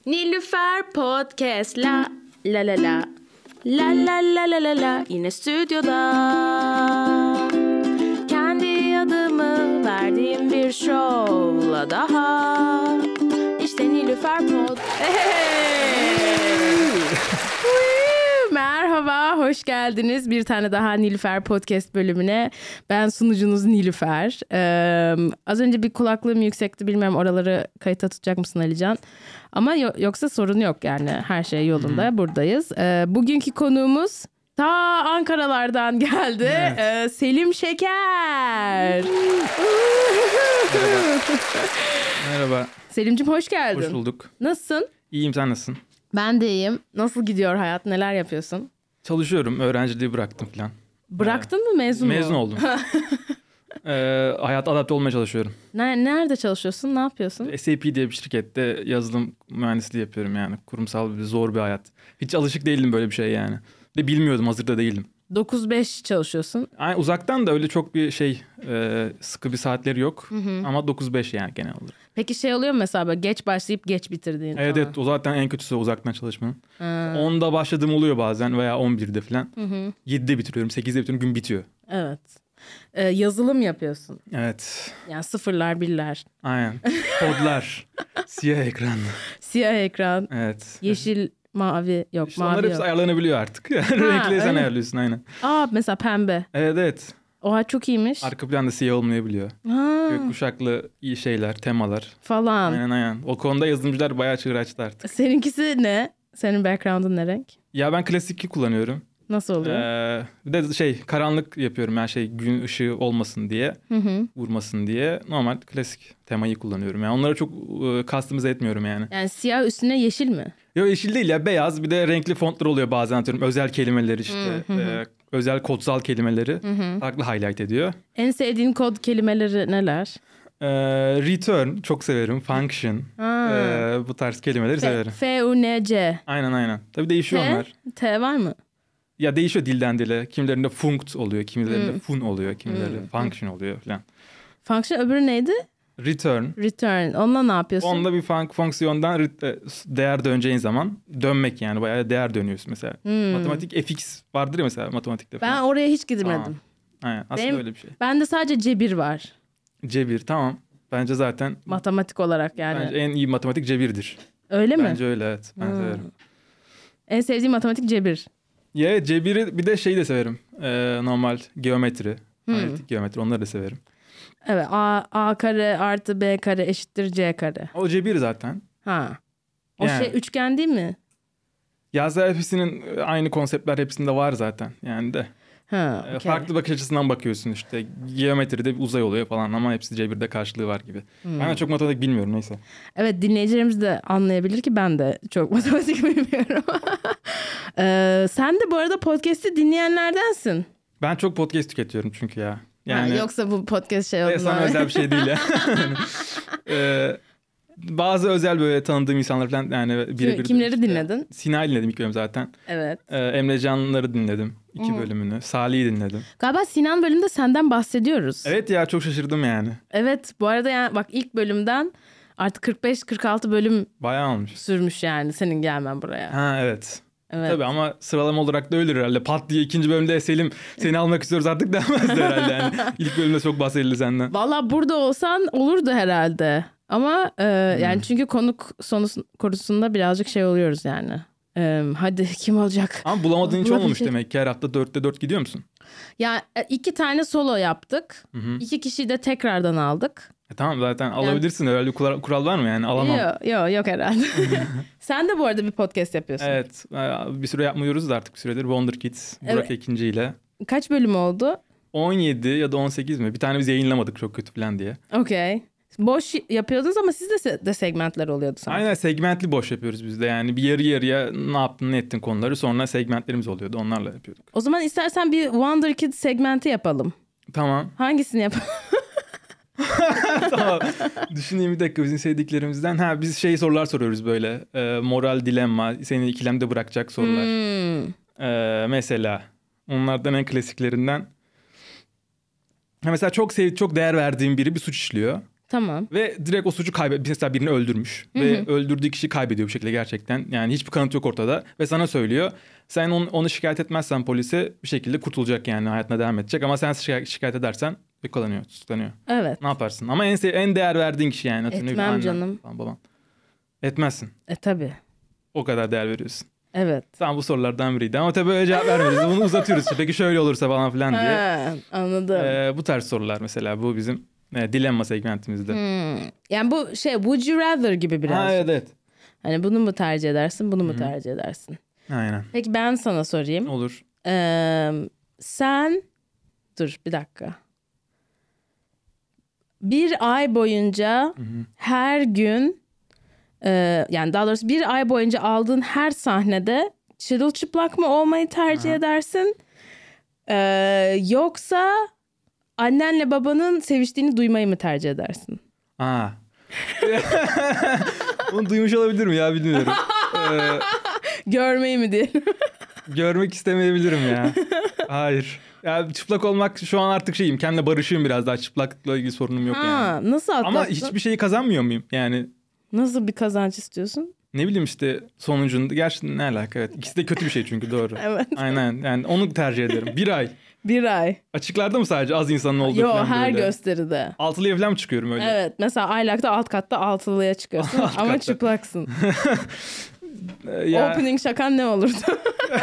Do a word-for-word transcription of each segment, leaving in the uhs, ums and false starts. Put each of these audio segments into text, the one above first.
Nilüfer Podcast la la la la la la la la la la yine stüdyoda kendi adımı verdiğim bir şovla daha işte Nilüfer Pod. Merhaba, hoş geldiniz bir tane daha Nilüfer Podcast bölümüne. Ben sunucunuz Nilüfer. Ee, az önce bir kulaklığım yüksekti, bilmiyorum oraları kayıta tutacak mısın Alican? Ama yo- yoksa sorun yok yani, her şey yolunda. Hmm. Buradayız. Ee, bugünkü konuğumuz ta Ankaralardan geldi. Evet. Ee, Selim Şeker. Merhaba. Merhaba. Selim'cim hoş geldin. Hoş bulduk. Nasılsın? İyiyim, sen nasılsın? Ben de iyiyim. Nasıl gidiyor hayat? Neler yapıyorsun? Çalışıyorum. Öğrenciliği bıraktım falan. Bıraktın ee, mı? Mezun mu? Mezun oldum. ee, hayata adapte olmaya çalışıyorum. Ne, nerede çalışıyorsun? Ne yapıyorsun? S A P diye bir şirkette yazılım mühendisliği yapıyorum yani. Kurumsal bir zor bir hayat. Hiç alışık değildim böyle bir şey yani. De bilmiyordum, hazırda değildim. dokuz beş çalışıyorsun. Yani uzaktan da öyle çok bir şey e, sıkı bir saatleri yok. Hı hı. Ama dokuz beş yani genel olarak. Peki şey oluyor mu mesela böyle geç başlayıp geç bitirdiğin? Evet evet, o zaten en kötüsü uzaktan çalışmanın. Ha. onda başladığım oluyor bazen veya on birde falan. Hı hı. yedide bitiriyorum, sekizde bitiriyorum, gün bitiyor. Evet. Ee, yazılım yapıyorsun. Evet. Yani sıfırlar birler. Aynen. Kodlar. Siyah ekran. Siyah ekran. Evet. Yeşil, mavi yok. İşte mavi onlar hepsi yok. Ayarlanabiliyor artık. Renkleri sen ayarlıyorsun aynen. Aa mesela pembe. Evet evet. Oha çok iyiymiş. Arka planda siyah olmayabiliyor. Ha. Gökkuşaklı iyi şeyler, temalar. Falan. Aynen aynen. O konuda yazılımcılar bayağı çığır açtı artık. Seninkisi ne? Senin background'un ne renk? Ya ben klasik kullanıyorum. Nasıl oluyor? Ee, bir de şey karanlık yapıyorum yani şey gün ışığı olmasın diye, hı hı. vurmasın diye. Normal klasik temayı kullanıyorum. Yani onları çok e, customize etmiyorum yani. Yani siyah üstüne yeşil mi? Yok yeşil değil ya, beyaz, bir de renkli fontlar oluyor bazen, atıyorum özel kelimeleri işte hı hı. E, özel kodsal kelimeleri hı hı. farklı highlight ediyor. En sevdiğin kod kelimeleri neler? Ee, return çok severim, function e, bu tarz kelimeleri F- severim. F U N C. Aynen aynen. Tabii değişiyor T, onlar. T var mı? Ya değişiyor dilden dile. Kimilerinde funct oluyor, kimilerinde hmm. fun oluyor, kimilerinde hmm. function oluyor falan. Function öbürü neydi? Return. Return. Onunla ne yapıyorsun? Onunla bir fun- fonksiyondan değer döneceğin zaman dönmek yani, bayağı değer dönüyorsun mesela. Hmm. Matematik F X vardır ya mesela matematikte falan. Ben oraya hiç gitmedim. Aa. Aynen aslında Benim, öyle bir şey. Bende sadece cebir var. Cebir tamam. Bence zaten. Matematik olarak yani. Bence en iyi matematik cebirdir. Öyle mi? Bence öyle evet. Ben hmm. severim. En sevdiğim matematik cebir. Ya cebiri, bir de şeyi de severim. Ee, normal geometri, hmm. analitik geometri, onları da severim. Evet, A, A kare artı B kare eşittir C kare. O cebir zaten. Ha. O yani, şey üçgen değil mi? Yazı hepsinin aynı konseptler hepsinde var zaten yani de. Ha, okay. Farklı bakış açısından bakıyorsun işte. Geometride uzay oluyor falan ama hepsi cebirde karşılığı var gibi. Hmm. Ben de çok matematik bilmiyorum, neyse. Evet, dinleyicilerimiz de anlayabilir ki ben de çok matematik bilmiyorum. ee, sen de bu arada podcast'i dinleyenlerdensin. Ben çok podcast tüketiyorum çünkü ya. Yani ha, yoksa bu podcast şey oldu. Sana özel bir şey değil ya. ee, bazı özel böyle tanıdığım insanlar falan yani birebir. Kimleri işte, dinledin? Sina'yı dinledim ilk bölüm zaten. Evet. Ee, Emre Can'ları dinledim iki hmm. bölümünü. Salih'i dinledim. Galiba Sinan bölümde senden bahsediyoruz. Evet ya, çok şaşırdım yani. Evet bu arada yani bak ilk bölümden artık kırk beş kırk altı bölüm bayağı olmuş. Sürmüş yani senin gelmen buraya. Ha evet. Evet. Tabii ama sıralama olarak da öyle herhalde. Pat diye ikinci bölümde Selim seni almak istiyoruz artık demezdi herhalde yani. İlk bölümde çok bahsedildi senden. Valla burada olsan olurdu herhalde. Ama e, hmm. yani çünkü konuk sonu konusunda birazcık şey oluyoruz yani. E, hadi kim olacak? Ama bulamadığın hiç olmamış demek ki, her hafta dörtte dört gidiyor musun? Ya iki tane solo yaptık. Hı hı. İki kişiyi de tekrardan aldık. E tamam zaten alabilirsin yani, öyle kural, kural var mı yani, alamam. Yok yok yok herhalde. Sen de bu arada bir podcast yapıyorsun. Evet, bir süre yapmıyoruz da artık bir süredir. Wonder Kids, Burak evet. Ekinci ile. Kaç bölüm oldu? on yedi ya da on sekiz mi? Bir tane biz yayınlamadık çok kötü falan diye. Okey. Boş yapıyordunuz ama sizde de segmentler oluyordu sanki. Aynen, segmentli boş yapıyoruz biz de yani. Bir yarı yarıya ne yaptın ne ettin konuları, sonra segmentlerimiz oluyordu, onlarla yapıyorduk. O zaman istersen bir Wonder Kids segmenti yapalım. Tamam. Hangisini yapalım? Tamam. Düşüneyim bir dakika, bizim sevdiklerimizden. Ha, biz şey sorular soruyoruz böyle. E, moral dilemma, seni ikilemde bırakacak sorular. Hmm. E, mesela onlardan en klasiklerinden. Ha, mesela çok sev çok değer verdiğim biri bir suç işliyor. Tamam. Ve direkt o suçu kaybediyor. Mesela birini öldürmüş. Hı-hı. Ve öldürdüğü kişi kaybediyor bu şekilde gerçekten. Yani hiçbir kanıt yok ortada. Ve sana söylüyor. Sen onu, onu şikayet etmezsen polise bir şekilde kurtulacak yani. Hayatına devam edecek. Ama sen şikayet, şikayet edersen yakalanıyor, tutuklanıyor. Evet. Ne yaparsın? Ama en en değer verdiğin kişi yani. Etmem annen, canım. Falan, baban. Etmezsin. E tabii. O kadar değer veriyorsun. Evet. Tamam, bu sorulardan biriydi. Ama tabii öyle cevap vermeriz. Bunu uzatıyoruz. Peki şöyle olursa falan filan diye. Ha, anladım. Ee, bu tarz sorular mesela. Bu bizim e, dilemma segmentimizde. Hmm. Yani bu şey would you rather gibi biraz. Ha, evet evet. Hani bunu mu tercih edersin, bunu mu Hı-hı. tercih edersin? Aynen. Peki ben sana sorayım. Olur. Ee, sen dur bir dakika. Bir ay boyunca Hı-hı. her gün e, yani daha doğrusu bir ay boyunca aldığın her sahnede çırılçıplak mı olmayı tercih Hı-hı. edersin? Ee, yoksa annenle babanın seviştiğini duymayı mı tercih edersin? Aa. Bunu duymuş olabilirim ya, bilmiyorum. Ee, Görmeyi mi diyelim? Görmek istemeyebilirim ya. Hayır. Ya çıplak olmak şu an artık şeyim. Kendimle barışığım biraz daha. Çıplaklıkla ilgili sorunum yok ha, yani. Nasıl atlattın? Ama hiçbir şeyi kazanmıyor muyum? Yani. Nasıl bir kazanç istiyorsun? Ne bileyim işte sonucunda. Gerçi ne alaka, evet. İkisi de kötü bir şey çünkü, doğru. Evet. Aynen, yani onu tercih ederim. Bir ay. Bir ay. Açıklarda mı sadece az insanın olduğu Yo, falan her böyle? gösteride. Altılıya falan mı çıkıyorum öyle? Evet, mesela aylakta alt katta altılıya çıkıyorsun alt ama katta. Çıplaksın. Ya... Opening şakan ne olurdu?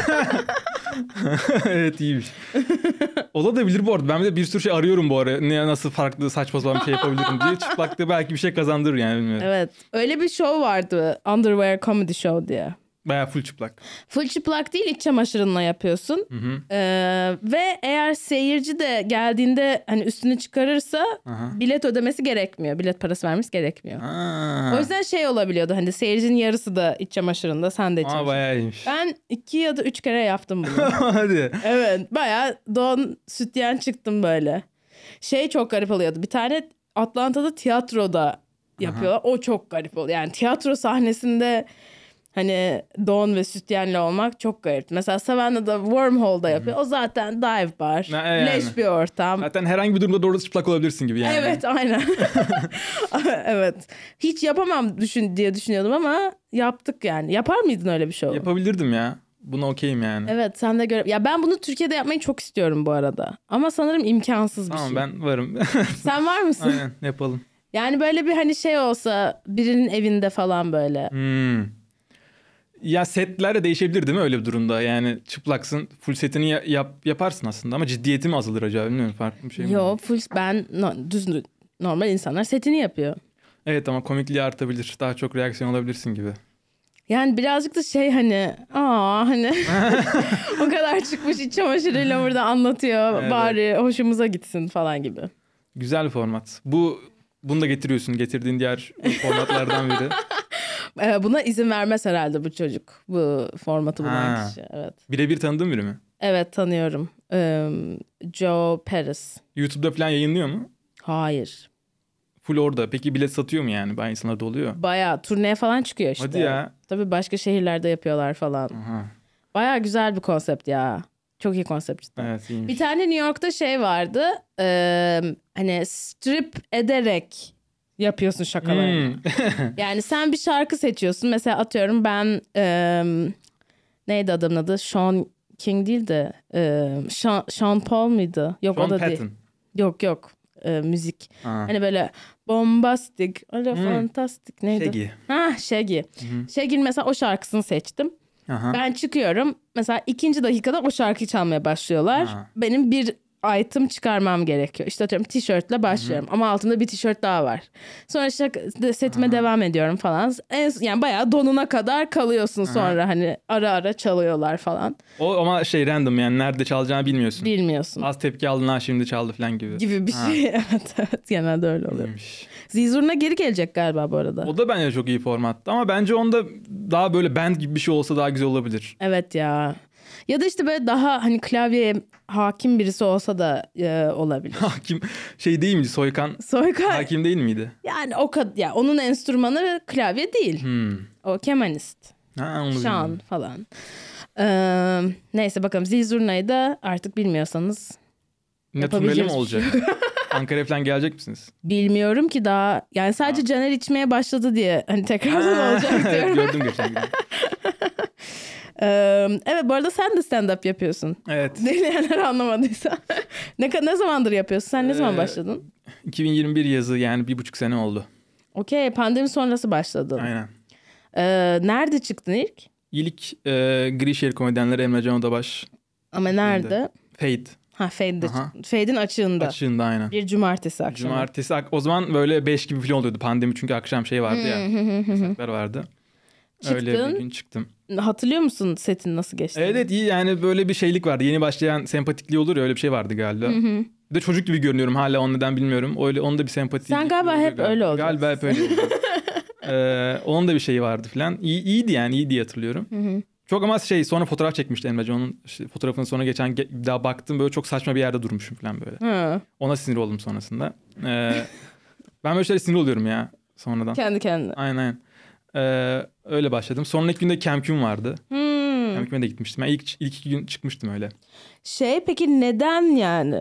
Evet, iyiymiş. Olabilir bu arada. Ben de bir sürü şey arıyorum bu ara. Ne, nasıl farklı saçma sapan bir şey yapabilirim diye. Çıplaklığı belki bir şey kazandırır yani, bilmiyorum. Evet. Öyle bir show vardı. Underwear Comedy Show diye. Bayağı full çıplak. Full çıplak değil, iç çamaşırınla yapıyorsun. Hı hı. Ee, ve eğer seyirci de geldiğinde hani üstünü çıkarırsa Aha. bilet ödemesi gerekmiyor. Bilet parası vermesi gerekmiyor. Aa. O yüzden şey olabiliyordu, hani seyircinin yarısı da iç çamaşırında, sen de iç çamaşırında. Bayağı iyiymiş. Ben iki ya da üç kere yaptım bunu. Hadi. Evet, bayağı don sütyen çıktım böyle. Şey çok garip oluyordu. Bir tane Atlanta'da tiyatroda yapıyorlar. Aha. O çok garip oluyor. Yani tiyatro sahnesinde hani don ve sütyenle olmak çok garip. Mesela Savannah'da Wormhole'da yapıyor. Hı-hı. O zaten dive bar. Yani. Leş bir ortam. Zaten herhangi bir durumda doğru çıplak olabilirsin gibi yani. Evet, aynen. Evet. Hiç yapamam düşün diye düşünüyordum ama yaptık yani. Yapar mıydın öyle bir şey? Yapabilirdim ya. Buna okeyim yani. Evet, sen de göre. Ya ben bunu Türkiye'de yapmayı çok istiyorum bu arada. Ama sanırım imkansız bir tamam, şey. Tamam, ben varım. Sen var mısın? Aynen, yapalım. Yani böyle bir hani şey olsa birinin evinde falan böyle. Hmm. Ya setler de değişebilir değil mi öyle bir durumda? Yani çıplaksın, full setini yap, yaparsın aslında ama ciddiyeti mi azalır acaba, bilmiyorum, farklı bir şey mi? Yo, full ben no, düz normal insanlar setini yapıyor. Evet, ama komikliği artabilir. Daha çok reaksiyon alabilirsin gibi. Yani birazcık da şey hani aa hani o kadar çıkmış iç çamaşırıyla burada anlatıyor, evet. Bari hoşumuza gitsin falan gibi. Güzel format. Bu bunu da getiriyorsun. Getirdiğin diğer formatlardan biri. Buna izin vermez herhalde bu çocuk. Bu formatı bulan kişi. Evet. Birebir tanıdığın biri mi? Evet, tanıyorum. Ee, Joe Perez. YouTube'da falan yayınlıyor mu? Hayır. Full orada. Peki bilet satıyor mu yani? Bayağı insanlar da oluyor. Bayağı turneye falan çıkıyor işte. Hadi ya. Tabii başka şehirlerde yapıyorlar falan. Aha. Bayağı güzel bir konsept ya. Çok iyi konsept cidden. Evet, iyiymiş. Bir tane New York'ta şey vardı. E, hani strip ederek yapıyorsun şakalarını. Hmm. Yani sen bir şarkı seçiyorsun. Mesela atıyorum ben e, neydi adamın adı? Sean King değil de e, Sean, Sean Paul muydu? Yok, Sean o da Patton. değil. Yok yok. E, müzik. Aa. Hani böyle bombastik, öyle hmm. fantastik neydi? Shaggy. Ha, Shaggy. Hı-hı. Shaggy'nin mesela o şarkısını seçtim. Aha. Ben çıkıyorum. Mesela ikinci dakikada o şarkıyı çalmaya başlıyorlar. Aha. Benim bir item çıkarmam gerekiyor. İşte atıyorum tişörtle başlıyorum. Hı-hı. Ama altında bir tişört daha var. Sonra işte setime Aha. devam ediyorum falan. En, yani bayağı donuna kadar kalıyorsun sonra. Aha. Hani ara ara çalıyorlar falan. O ama şey random, yani nerede çalacağını bilmiyorsun. Bilmiyorsun. Az tepki aldın, ha şimdi çaldı falan gibi. Gibi bir ha. şey. Evet evet, genelde öyle oluyor. Zizurna geri gelecek galiba bu arada. O da bence çok iyi formattı ama bence onda daha böyle band gibi bir şey olsa daha güzel olabilir. Evet ya. Ya da işte böyle daha hani klavyeye hakim birisi olsa da e, olabilir. Hakim şey değil miydi? Soykan, Soykan hakim değil miydi? Yani o kadar ya, onun enstrümanı klavye değil. Hmm. O kemanist. Ha, onu Şan falan. Ee, neyse bakalım, Zizurna'yı da artık bilmiyorsanız ne turneli mi olacak? Ankara'ya falan gelecek misiniz? Bilmiyorum ki daha. Yani sadece Caner içmeye başladı diye hani tekrardan olacak diyorum. Gördüm geçen gün. Ee, evet bu arada sen de stand-up yapıyorsun. Evet. Dinleyenler anlamadıysa. ne, ne zamandır yapıyorsun? Sen ne zaman Ee, başladın? iki bin yirmi bir yazı yani bir buçuk sene oldu. Okey, pandemi sonrası başladın. Aynen. Ee, nerede çıktın ilk? İlk e, Gri Şehir komedyenleri Emre Can Odabaş. Ama nerede? Fade. Ha Fade'de. Aha. Fade'in açığında. Açığında aynen. Bir cumartesi akşamı. Cumartesi o zaman böyle beş gibi falan oluyordu pandemi çünkü akşam şey vardı ya. Yasaklar vardı. Çıktın. Öyle bir gün çıktım. Hatırlıyor musun setin nasıl geçti? Evet, evet iyi yani böyle bir şeylik vardı. Yeni başlayan sempatikliği olur ya öyle bir şey vardı galiba. Hı hı. Bir de çocuk gibi görünüyorum hala o neden bilmiyorum. Öyle onun da bir sempati. Sen galiba hep galiba. öyle olacaksın. Galiba hep öyle olacağız. ee, onun da bir şeyi vardı falan. İyi, iyiydi yani iyi diye hatırlıyorum. Hı hı. Çok ama şey sonra fotoğraf çekmişti Emre Can'ın işte, fotoğrafını sonra geçen bir daha baktım böyle çok saçma bir yerde durmuşum falan böyle. Hı. Ona sinir oldum sonrasında. Ee, ben böyle şeylere sinir oluyorum ya sonradan. Kendi kendine. Aynen aynen. Ee, öyle başladım. Sonraki günde Cancun vardı. Hmm. Cancun'a da gitmiştim. Ben ilk, ilk iki gün çıkmıştım öyle. Şey peki neden yani?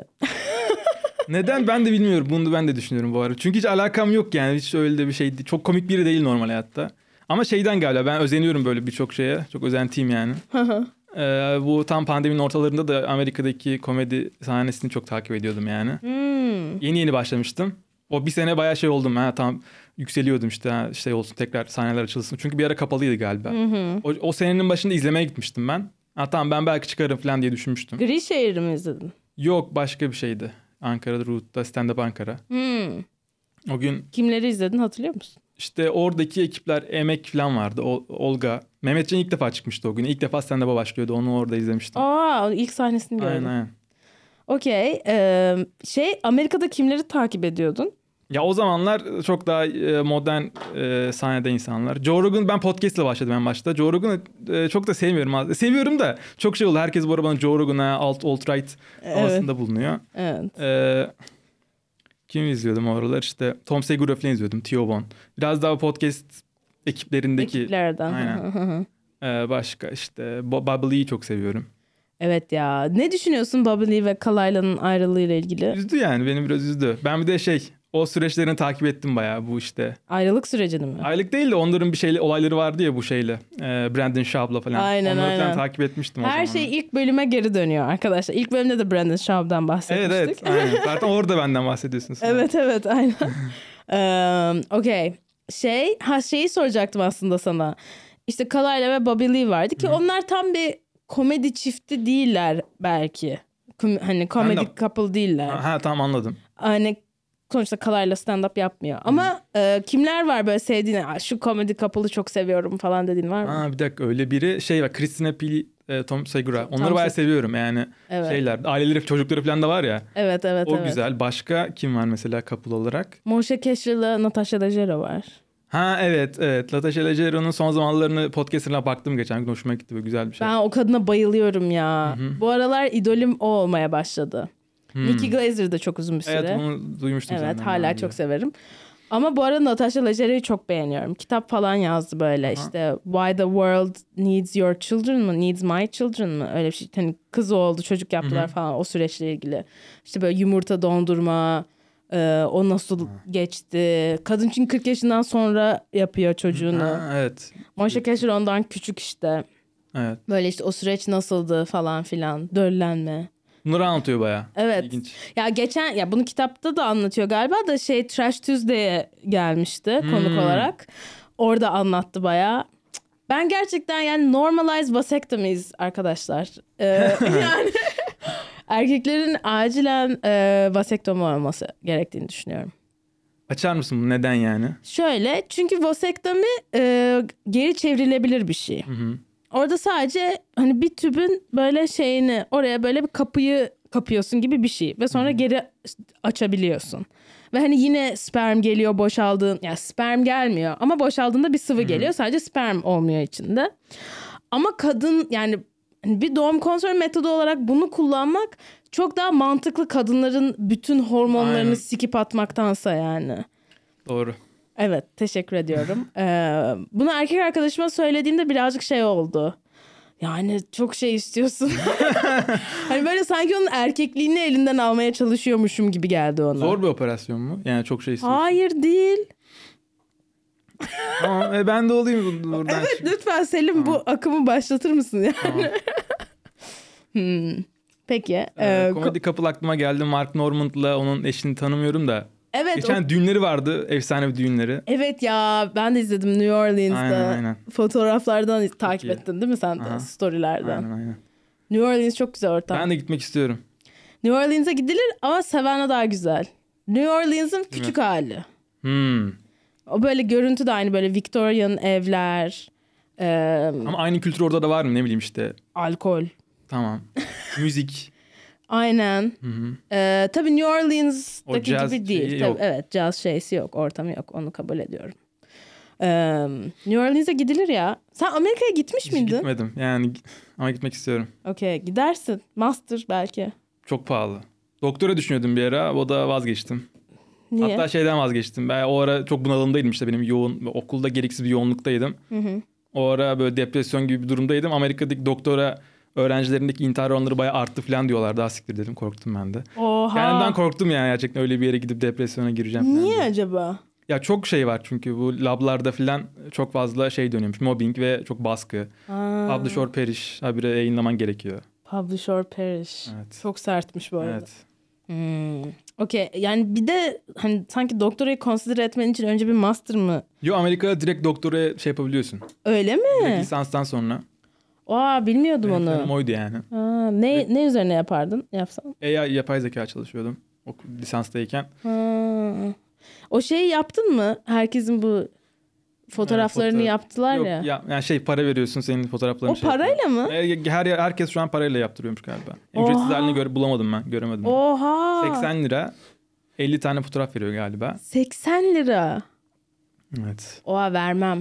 Neden ben de bilmiyorum. Bunu da ben de düşünüyorum bu arada. Çünkü hiç alakam yok yani. Hiç öyle de bir şey değil. Çok komik biri değil normal hayatta. Ama şeyden galiba ben özeniyorum böyle birçok şeye. Çok özentiyim yani. ee, bu tam pandeminin ortalarında da Amerika'daki komedi sahnesini çok takip ediyordum yani. Hmm. Yeni yeni başlamıştım. O bir sene bayağı şey oldum. Ha, tam yükseliyordum işte. Ha, şey olsun tekrar sahneler açılsın. Çünkü bir ara kapalıydı galiba. Hı hı. O, o senenin başında izlemeye gitmiştim ben. Ha, tamam ben belki çıkarım falan diye düşünmüştüm. Gri Şehir'i mi izledin? Yok başka bir şeydi. Ankara'da Root'ta Stand Up Ankara. Hmm. O gün Kimleri izledin hatırlıyor musun? işte oradaki ekipler Emek falan vardı. O, Olga. Mehmetcan ilk defa çıkmıştı o gün. İlk defa stand-up'a başlıyordu. Onu orada izlemiştim. Aa ilk sahnesini gördüm. Aynen aynen. Okey. Ee, şey Amerika'da kimleri takip ediyordun? Ya o zamanlar çok daha e, modern e, sahnede insanlar. Joe Rogan ben podcast'la başladım en başta. Joe Rogan'ı e, çok da sevmiyorum. Seviyorum da çok şey oldu. Herkes bu arada bana Joe Rogan'a alt alt-right Evet. havasında bulunuyor. Evet. E, kim izliyordum o aralar? İşte Tom Segura falan izliyordum. Tio Von. Biraz daha podcast ekiplerindeki. Ekiplerden. Aynen. e, başka işte Bubbly'yi çok seviyorum. Evet ya. Ne düşünüyorsun Bubbly ve Kalayla'nın ayrılığıyla ilgili? Üzdü yani beni biraz üzdü. Ben bir de şey o süreçlerini takip ettim bayağı bu işte. Ayrılık sürecini mi? Aylık değil de onların bir şeyle olayları vardı ya bu şeyle. E, Brandon Schaub'la falan. Aynen, Onları aynen. falan takip etmiştim o Her zaman. şey ilk bölüme geri dönüyor arkadaşlar. İlk bölümde de Brandon Schaub'dan bahsetmiştik. Evet evet aynen. Zaten orada benden bahsediyorsunuz. Evet evet aynen. um, Okey. Şey, ha şeyi soracaktım aslında sana. İşte Kalayla ve Bobby Lee vardı ki Hı. onlar tam bir komedi çifti değiller belki. Kom- hani komedi de... couple değiller. Ha, ha tamam anladım. Hani sonuçta Kalayla stand-up yapmıyor. Ama e, kimler var böyle sevdiğin, şu komedi couple'ı çok seviyorum falan dediğin var mı? Ha bir dakika öyle biri şey var. Christina Pili, e, Tom Segura. Onları Tom bayağı Se- seviyorum yani. Evet. Şeyler, aileleri, çocukları falan da var ya. Evet evet O evet. güzel. Başka kim var mesela couple olarak? Moshe Kasher'la Natasha Leggero var. Ha evet evet. Natasha Leggero'nun son zamanlarını podcast'ına baktım geçen gün. Hoşuma gitti. Böyle güzel bir şey. Ben o kadına bayılıyorum ya. Hı-hı. Bu aralar idolüm o olmaya başladı. Hmm. Nikki Glaser de çok uzun bir süre. Evet bunu duymuştum. Evet senden hala önce. çok severim. Ama bu arada Natasha Leggero'yu çok beğeniyorum. Kitap falan yazdı böyle. Aha. İşte Why the World Needs Your Children mı? Needs My Children mı? Öyle bir şey. Hani kız oldu, çocuk yaptılar Hı-hı. falan o süreçle ilgili. İşte böyle yumurta dondurma, e, o nasıl Hı. geçti. Kadın çünkü kırk yaşından sonra yapıyor çocuğunu. Ha, evet. Moshe Kasher ondan küçük işte. Evet. Böyle işte o süreç nasıldı falan filan. Döllenme. Bunları anlatıyor bayağı. Evet. İlginç. Ya geçen ya bunu kitapta da anlatıyor galiba da şey Trash Tuesday'e gelmişti hmm. konuk olarak. Orada anlattı bayağı. Ben gerçekten yani normalized vasectomies arkadaşlar. Ee, yani erkeklerin acilen e, vasektomi olması gerektiğini düşünüyorum. Açar mısın bunu? Neden yani? Şöyle çünkü vasektomi e, geri çevrilebilir bir şey. Hı hı. Orada sadece hani bir tübün böyle şeyini oraya böyle bir kapıyı kapıyorsun gibi bir şey. Ve sonra hmm. geri açabiliyorsun. Ve hani yine sperm geliyor boşaldığın. Yani sperm gelmiyor ama boşaldığında bir sıvı hmm. geliyor. Sadece sperm olmuyor içinde. Ama kadın yani bir doğum kontrol metodu olarak bunu kullanmak çok daha mantıklı kadınların bütün hormonlarını Aynen. sikip atmaktansa yani. Doğru. Evet teşekkür ediyorum. ee, bunu erkek arkadaşıma söylediğimde birazcık şey oldu. Yani çok şey istiyorsun. Hani böyle sanki onun erkekliğini elinden almaya çalışıyormuşum gibi geldi ona. Zor bir operasyon mu? Yani çok şey istiyorsun. Hayır değil. Tamam e ben de olayım buradan. Evet çık. Lütfen Selim tamam. Bu akımı başlatır mısın yani? Tamam. hmm. Peki. Ee, e, Comedy Couple aklıma geldi. Mark Normand'la onun eşini tanımıyorum da. Evet. Geçen o... düğünleri vardı. Efsane bir düğünleri. Evet ya ben de izledim New Orleans'da. Aynen, aynen. Fotoğraflardan takip ettin değil mi sen de? Aha. Storylerden. Aynen aynen. New Orleans çok güzel ortam. Ben de gitmek istiyorum. New Orleans'a gidilir ama Savannah daha güzel. New Orleans'ın küçük hali. Hmm. O böyle görüntü de aynı böyle Victorian evler. E... Ama aynı kültür orada da var mı ne bileyim işte. Alkol. Tamam. Müzik. Aynen. Hı hı. Ee, tabii New Orleans'daki gibi değil. Tabii, yok. Evet caz şeysi yok. Ortamı yok. Onu kabul ediyorum. Ee, New Orleans'a gidilir ya. Sen Amerika'ya gitmiş Hiç miydin? Gitmedim. Yani ama gitmek istiyorum. Okey gidersin. Master belki. Çok pahalı. Doktora düşünüyordum bir ara. O da vazgeçtim. Niye? Hatta şeyden vazgeçtim. Ben o ara çok bunalımdaydım işte benim yoğun. Okulda gereksiz bir yoğunluktaydım. Hı hı. O ara böyle depresyon gibi bir durumdaydım. Amerika'daki doktora öğrencilerindeki intihar oranları bayağı arttı falan diyorlar. Daha siktir dedim. Korktum ben de. Oha. Kendimden korktum yani gerçekten öyle bir yere gidip depresyona gireceğim falan Niye diye. acaba? Ya çok şey var çünkü bu lablarda falan çok fazla şey dönüyormuş. Mobbing ve çok baskı. Aa. Publish or perish habire yayınlaman gerekiyor. Publish or perish. Evet. Çok sertmiş bu arada. Evet. Hmm. Okey yani bir de hani sanki doktorayı consider etmen için önce bir master mı? Yo Amerika'da direkt doktora şey yapabiliyorsun. Öyle mi? Direkt lisanstan sonra. Aa bilmiyordum Benim onu. planım oydu yani. Aa, ne evet. Ne üzerine yapardın yapsan? A I yapay zeka çalışıyordum o lisanstayken. Ha. O şeyi yaptın mı? Herkesin bu fotoğraflarını evet, fotoğraf... yaptılar Yok, ya. ya. Yani şey para veriyorsun senin fotoğraflarını. O şey parayla yapıyor. mı? Her, her herkes şu an parayla yaptırıyormuş galiba. Ücretsiz halini göre, bulamadım ben göremedim. Oha. seksen lira elli tane fotoğraf veriyor galiba. seksen lira. Evet. Oha vermem.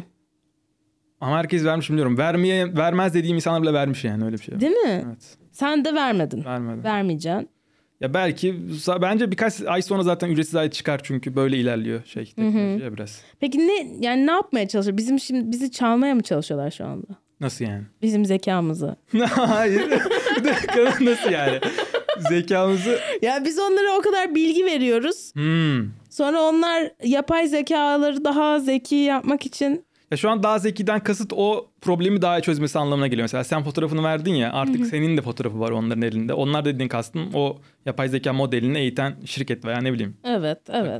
Ama herkes vermiş biliyorum. Vermeye vermez dediğim insanlar bile vermiş yani öyle bir şey. Değil mi? Evet. Sen de vermedin. Vermedim. Vermeyeceksin. Ya belki bence birkaç ay sonra zaten ücretsiz ayet çıkar çünkü böyle ilerliyor şey teknolojiye biraz. Peki ne yani ne yapmaya çalışıyor? Bizim şimdi bizi çalmaya mı çalışıyorlar şu anda? Nasıl yani? Bizim zekamızı. Hayır. Nasıl yani? Zekamızı. Ya biz onlara o kadar bilgi veriyoruz. Hmm. Sonra onlar yapay zekaları daha zeki yapmak için. Ya şu an daha zekiden kasıt o problemi daha iyi çözmesi anlamına geliyor. Mesela sen fotoğrafını verdin ya artık Hı-hı. senin de fotoğrafı var onların elinde. Onlar dediğin kastım o yapay zeka modelini eğiten şirket veya ne bileyim. Evet, evet.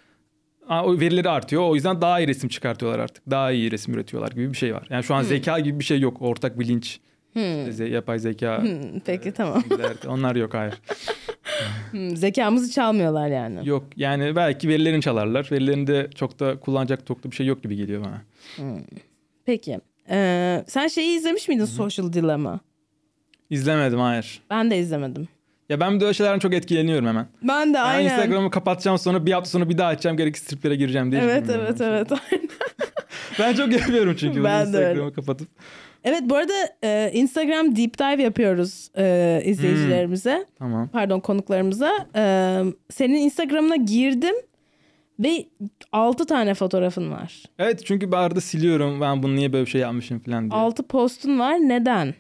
Aa, o verileri artıyor. O yüzden daha iyi resim çıkartıyorlar artık. Daha iyi resim üretiyorlar gibi bir şey var. Yani şu an Hı. zeka gibi bir şey yok. Ortak bilinç, işte, yapay zeka. Hmm, peki e, tamam. Onlar yok hayır. Hmm, zekamızı çalmıyorlar yani. Yok yani belki verilerini çalarlar. Verilerinde çok da kullanacak çok da bir şey yok gibi geliyor bana. Hmm. Peki. Ee, sen şeyi izlemiş miydin Hı-hı. Social Dilemma? İzlemedim hayır. Ben de izlemedim. Ya ben bir de öyle şeylerden çok etkileniyorum hemen. Ben de yani aynen. Instagram'ı kapatacağım sonra bir hafta sonra bir daha açacağım gerekli striplere gireceğim diye. Evet evet evet. Aynen. Ben çok yapıyorum çünkü ben Instagram'ı kapatıp. Evet bu arada e, Instagram deep dive yapıyoruz e, izleyicilerimize. Hmm, tamam. Pardon konuklarımıza. E, senin Instagram'ına girdim ve altı tane fotoğrafın var. Evet çünkü bir arada siliyorum ben bunu niye böyle bir şey yapmışım falan diye. altı postun var neden?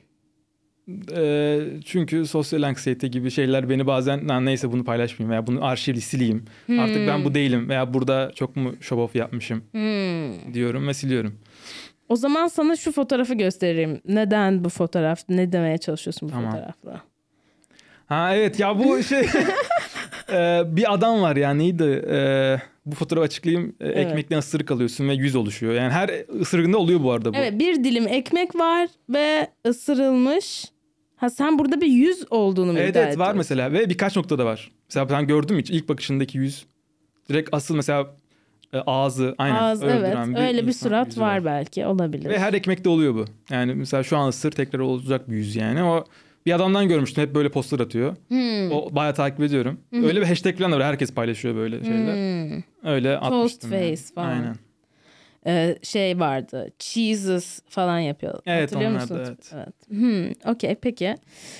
E, çünkü sosyal anksiyete gibi şeyler beni bazen neyse bunu paylaşmayayım veya bunu arşivli sileyim. Hmm. Artık ben bu değilim veya burada çok mu show off yapmışım hmm. diyorum ve siliyorum. O zaman sana şu fotoğrafı göstereyim. Neden bu fotoğraf? Ne demeye çalışıyorsun bu tamam. fotoğrafla? Ha evet ya bu şey ee, bir adam var ya neydi? Ee, bu fotoğrafı açıklayayım. Ee, evet. Ekmekten ısırık alıyorsun ve yüz oluşuyor. Yani her ısırığında oluyor bu arada bu. Evet bir dilim ekmek var ve ısırılmış. Ha sen burada bir yüz olduğunu mu evet, iddia Evet var mesela ve birkaç noktada var. Mesela sen gördün mü hiç ilk bakışındaki yüz? Direkt asıl mesela ağzı aynen. Ağız evet bir öyle bir surat var, var belki olabilir. Ve her ekmekte oluyor bu. Yani mesela şu an ısır tekrar olacak bir yüz yani. O bir adamdan görmüştüm hep böyle poster atıyor. Hmm. O bayağı takip ediyorum. Hmm. Öyle bir hashtag falan var herkes paylaşıyor böyle şeyler. Hmm. Öyle atmıştım. Toast face yani. falan. Aynen. Ee, şey vardı. Jesus falan yapıyor. Evet, hatırlıyor onlar musun? da, evet. evet. Hmm, okey peki.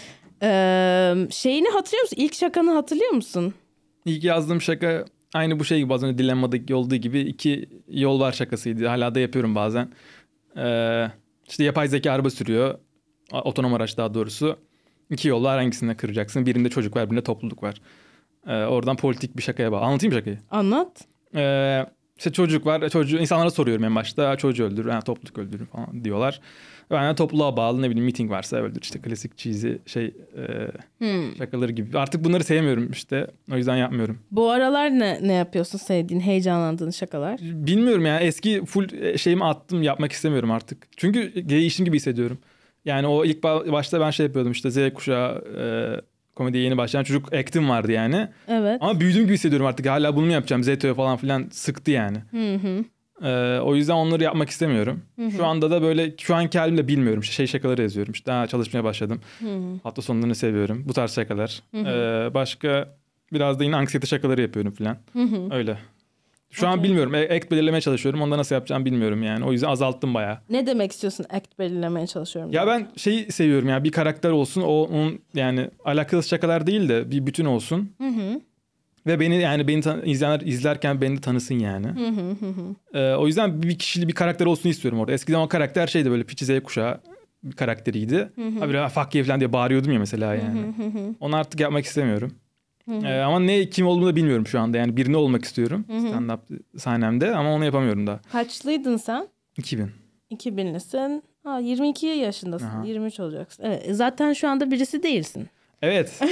Ee, şeyini hatırlıyor musun? İlk şakanı hatırlıyor musun? İlk yazdığım şaka aynı bu şey gibi az önce Dilemma'daki olduğu gibi iki yol var şakasıydı. Hala da yapıyorum bazen. Ee, işte yapay zeka araba sürüyor. otonom araç daha doğrusu. İki yol var, hangisinde kıracaksın? Birinde çocuk var, birinde topluluk var. Ee, oradan politik bir şakaya bağlı. Anlatayım şakayı. Anlat. Ee, işte çocuk var. Çocuğu, insanlara soruyorum en başta. Çocuğu öldürür, yani topluluk öldürür falan diyorlar. Yani topluluğa bağlı, ne bileyim, miting varsa öldür. İşte klasik cheesy şey e, hmm. şakaları gibi. Artık bunları sevmiyorum işte. O yüzden yapmıyorum. Bu aralar ne ne yapıyorsun, sevdiğin, heyecanlandığın şakalar? Bilmiyorum yani, eski full şeyimi attım, yapmak istemiyorum artık. Çünkü değiştim gibi hissediyorum. Yani o ilk başta ben şey yapıyordum işte, Z kuşağı e, komediye yeni başlayan çocuk act'im vardı yani. Evet. Ama büyüdüğüm gibi hissediyorum artık, hala bunu mu yapacağım, Z T O falan filan sıktı yani. Hı hı. Ee, o yüzden onları yapmak istemiyorum. Hı hı. Şu anda da böyle, şu anki halimle bilmiyorum. Şey şakaları yazıyorum. İşte daha çalışmaya başladım. Hı hı. Hafta sonlarını seviyorum. Bu tarz şakalar. Hı hı. Ee, başka biraz da yine anksiyete şakaları yapıyorum falan. Hı hı. Öyle. Şu okay. an bilmiyorum. Act belirlemeye çalışıyorum. Onda nasıl yapacağım bilmiyorum yani. O yüzden azalttım bayağı. Ne demek istiyorsun act belirlemeye çalışıyorum? Ya ben şeyi seviyorum yani, bir karakter olsun. O onun yani alakalı şakalar değil de bir bütün olsun. Hı hı. Ve beni yani beni tan- izleyenler izlerken beni de tanısın yani. Hı hı hı. Ee, o yüzden bir kişili bir karakter olsun istiyorum orada. Eskiden o karakter şeydi, böyle piçi Z kuşağı bir karakteriydi. Hı hı. Abi fuck you falan diye bağırıyordum ya mesela yani. Hı hı hı. Onu artık yapmak istemiyorum. Hı hı. Ee, ama ne kim olduğumu da bilmiyorum şu anda. Yani birini olmak istiyorum hı hı. stand-up sahnemde ama onu yapamıyorum daha. Kaçlıydın sen? iki bin. iki binlisin. Ha, yirmi iki yaşındasın. Aha. yirmi üç olacaksın. Evet, zaten şu anda birisi değilsin. Evet.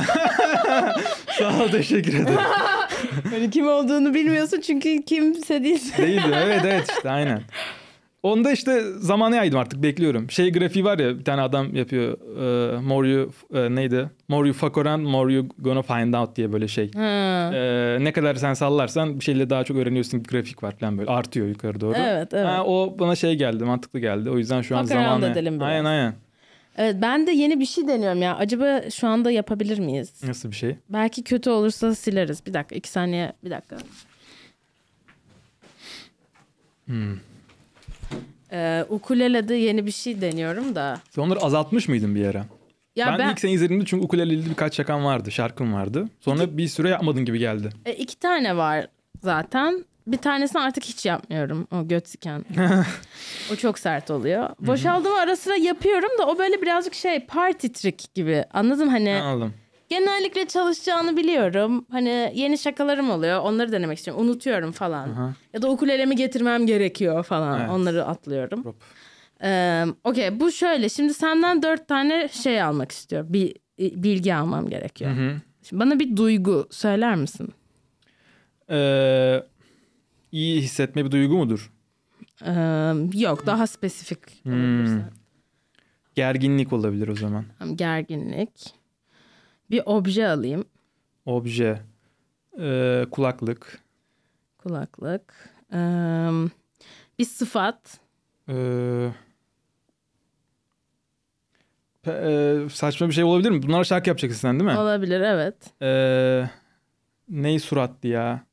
Sağ ol, teşekkür ederim. Hani kim olduğunu bilmiyorsun çünkü kimse değilsin. Değildi, evet evet işte aynen. Onda işte zamanı yaydım, artık bekliyorum. Şey grafiği var ya, bir tane adam yapıyor. E, more you e, neydi? More you fuck around, more you gonna find out diye böyle şey. E, ne kadar sen sallarsan bir şeyle daha çok öğreniyorsun gibi grafik var falan, böyle artıyor yukarı doğru. Evet evet. Ha, o bana şey geldi, mantıklı geldi. O yüzden şu an fuck zamanı. Edelim biraz. Aynen aynen. Evet, ben de yeni bir şey deniyorum ya. Acaba şu anda yapabilir miyiz? Nasıl bir şey? Belki kötü olursa sileriz. Bir dakika, iki saniye, bir dakika. Hmm. Ee, ukulelede yeni bir şey deniyorum da. Sen onları azaltmış mıydın bir ara? Ya ben, ben ilk seni izlediğimde çünkü ukuleleli birkaç şakan vardı, şarkım vardı. Sonra iki... bir süre yapmadın gibi geldi. E, iki tane var zaten. Bir tanesini artık hiç yapmıyorum. O göt siken. O çok sert oluyor. Boşaldığımı ara sıra yapıyorum da o böyle birazcık şey, party trick gibi. Anladın hani? Anladım. Genellikle çalışacağını biliyorum. Hani yeni şakalarım oluyor. Onları denemek istiyorum. Unutuyorum falan. Aha. Ya da ukulelemi getirmem gerekiyor falan. Evet. Onları atlıyorum. Ee, Okey, bu şöyle. Şimdi senden dört tane şey almak istiyorum. Bir bilgi almam gerekiyor. Hı hı. Şimdi bana bir duygu söyler misin? Eee... İyi hissetme bir duygu mudur? Ee, yok, daha spesifik hmm. olabilirse. Gerginlik olabilir o zaman. Gerginlik. Bir obje alayım. Obje. Ee, kulaklık. Kulaklık. Ee, bir sıfat. Ee, e, saçma bir şey olabilir mi? Bunlara şarkı yapacaksın sen değil mi? Olabilir, evet. Ee, ney surattı ya?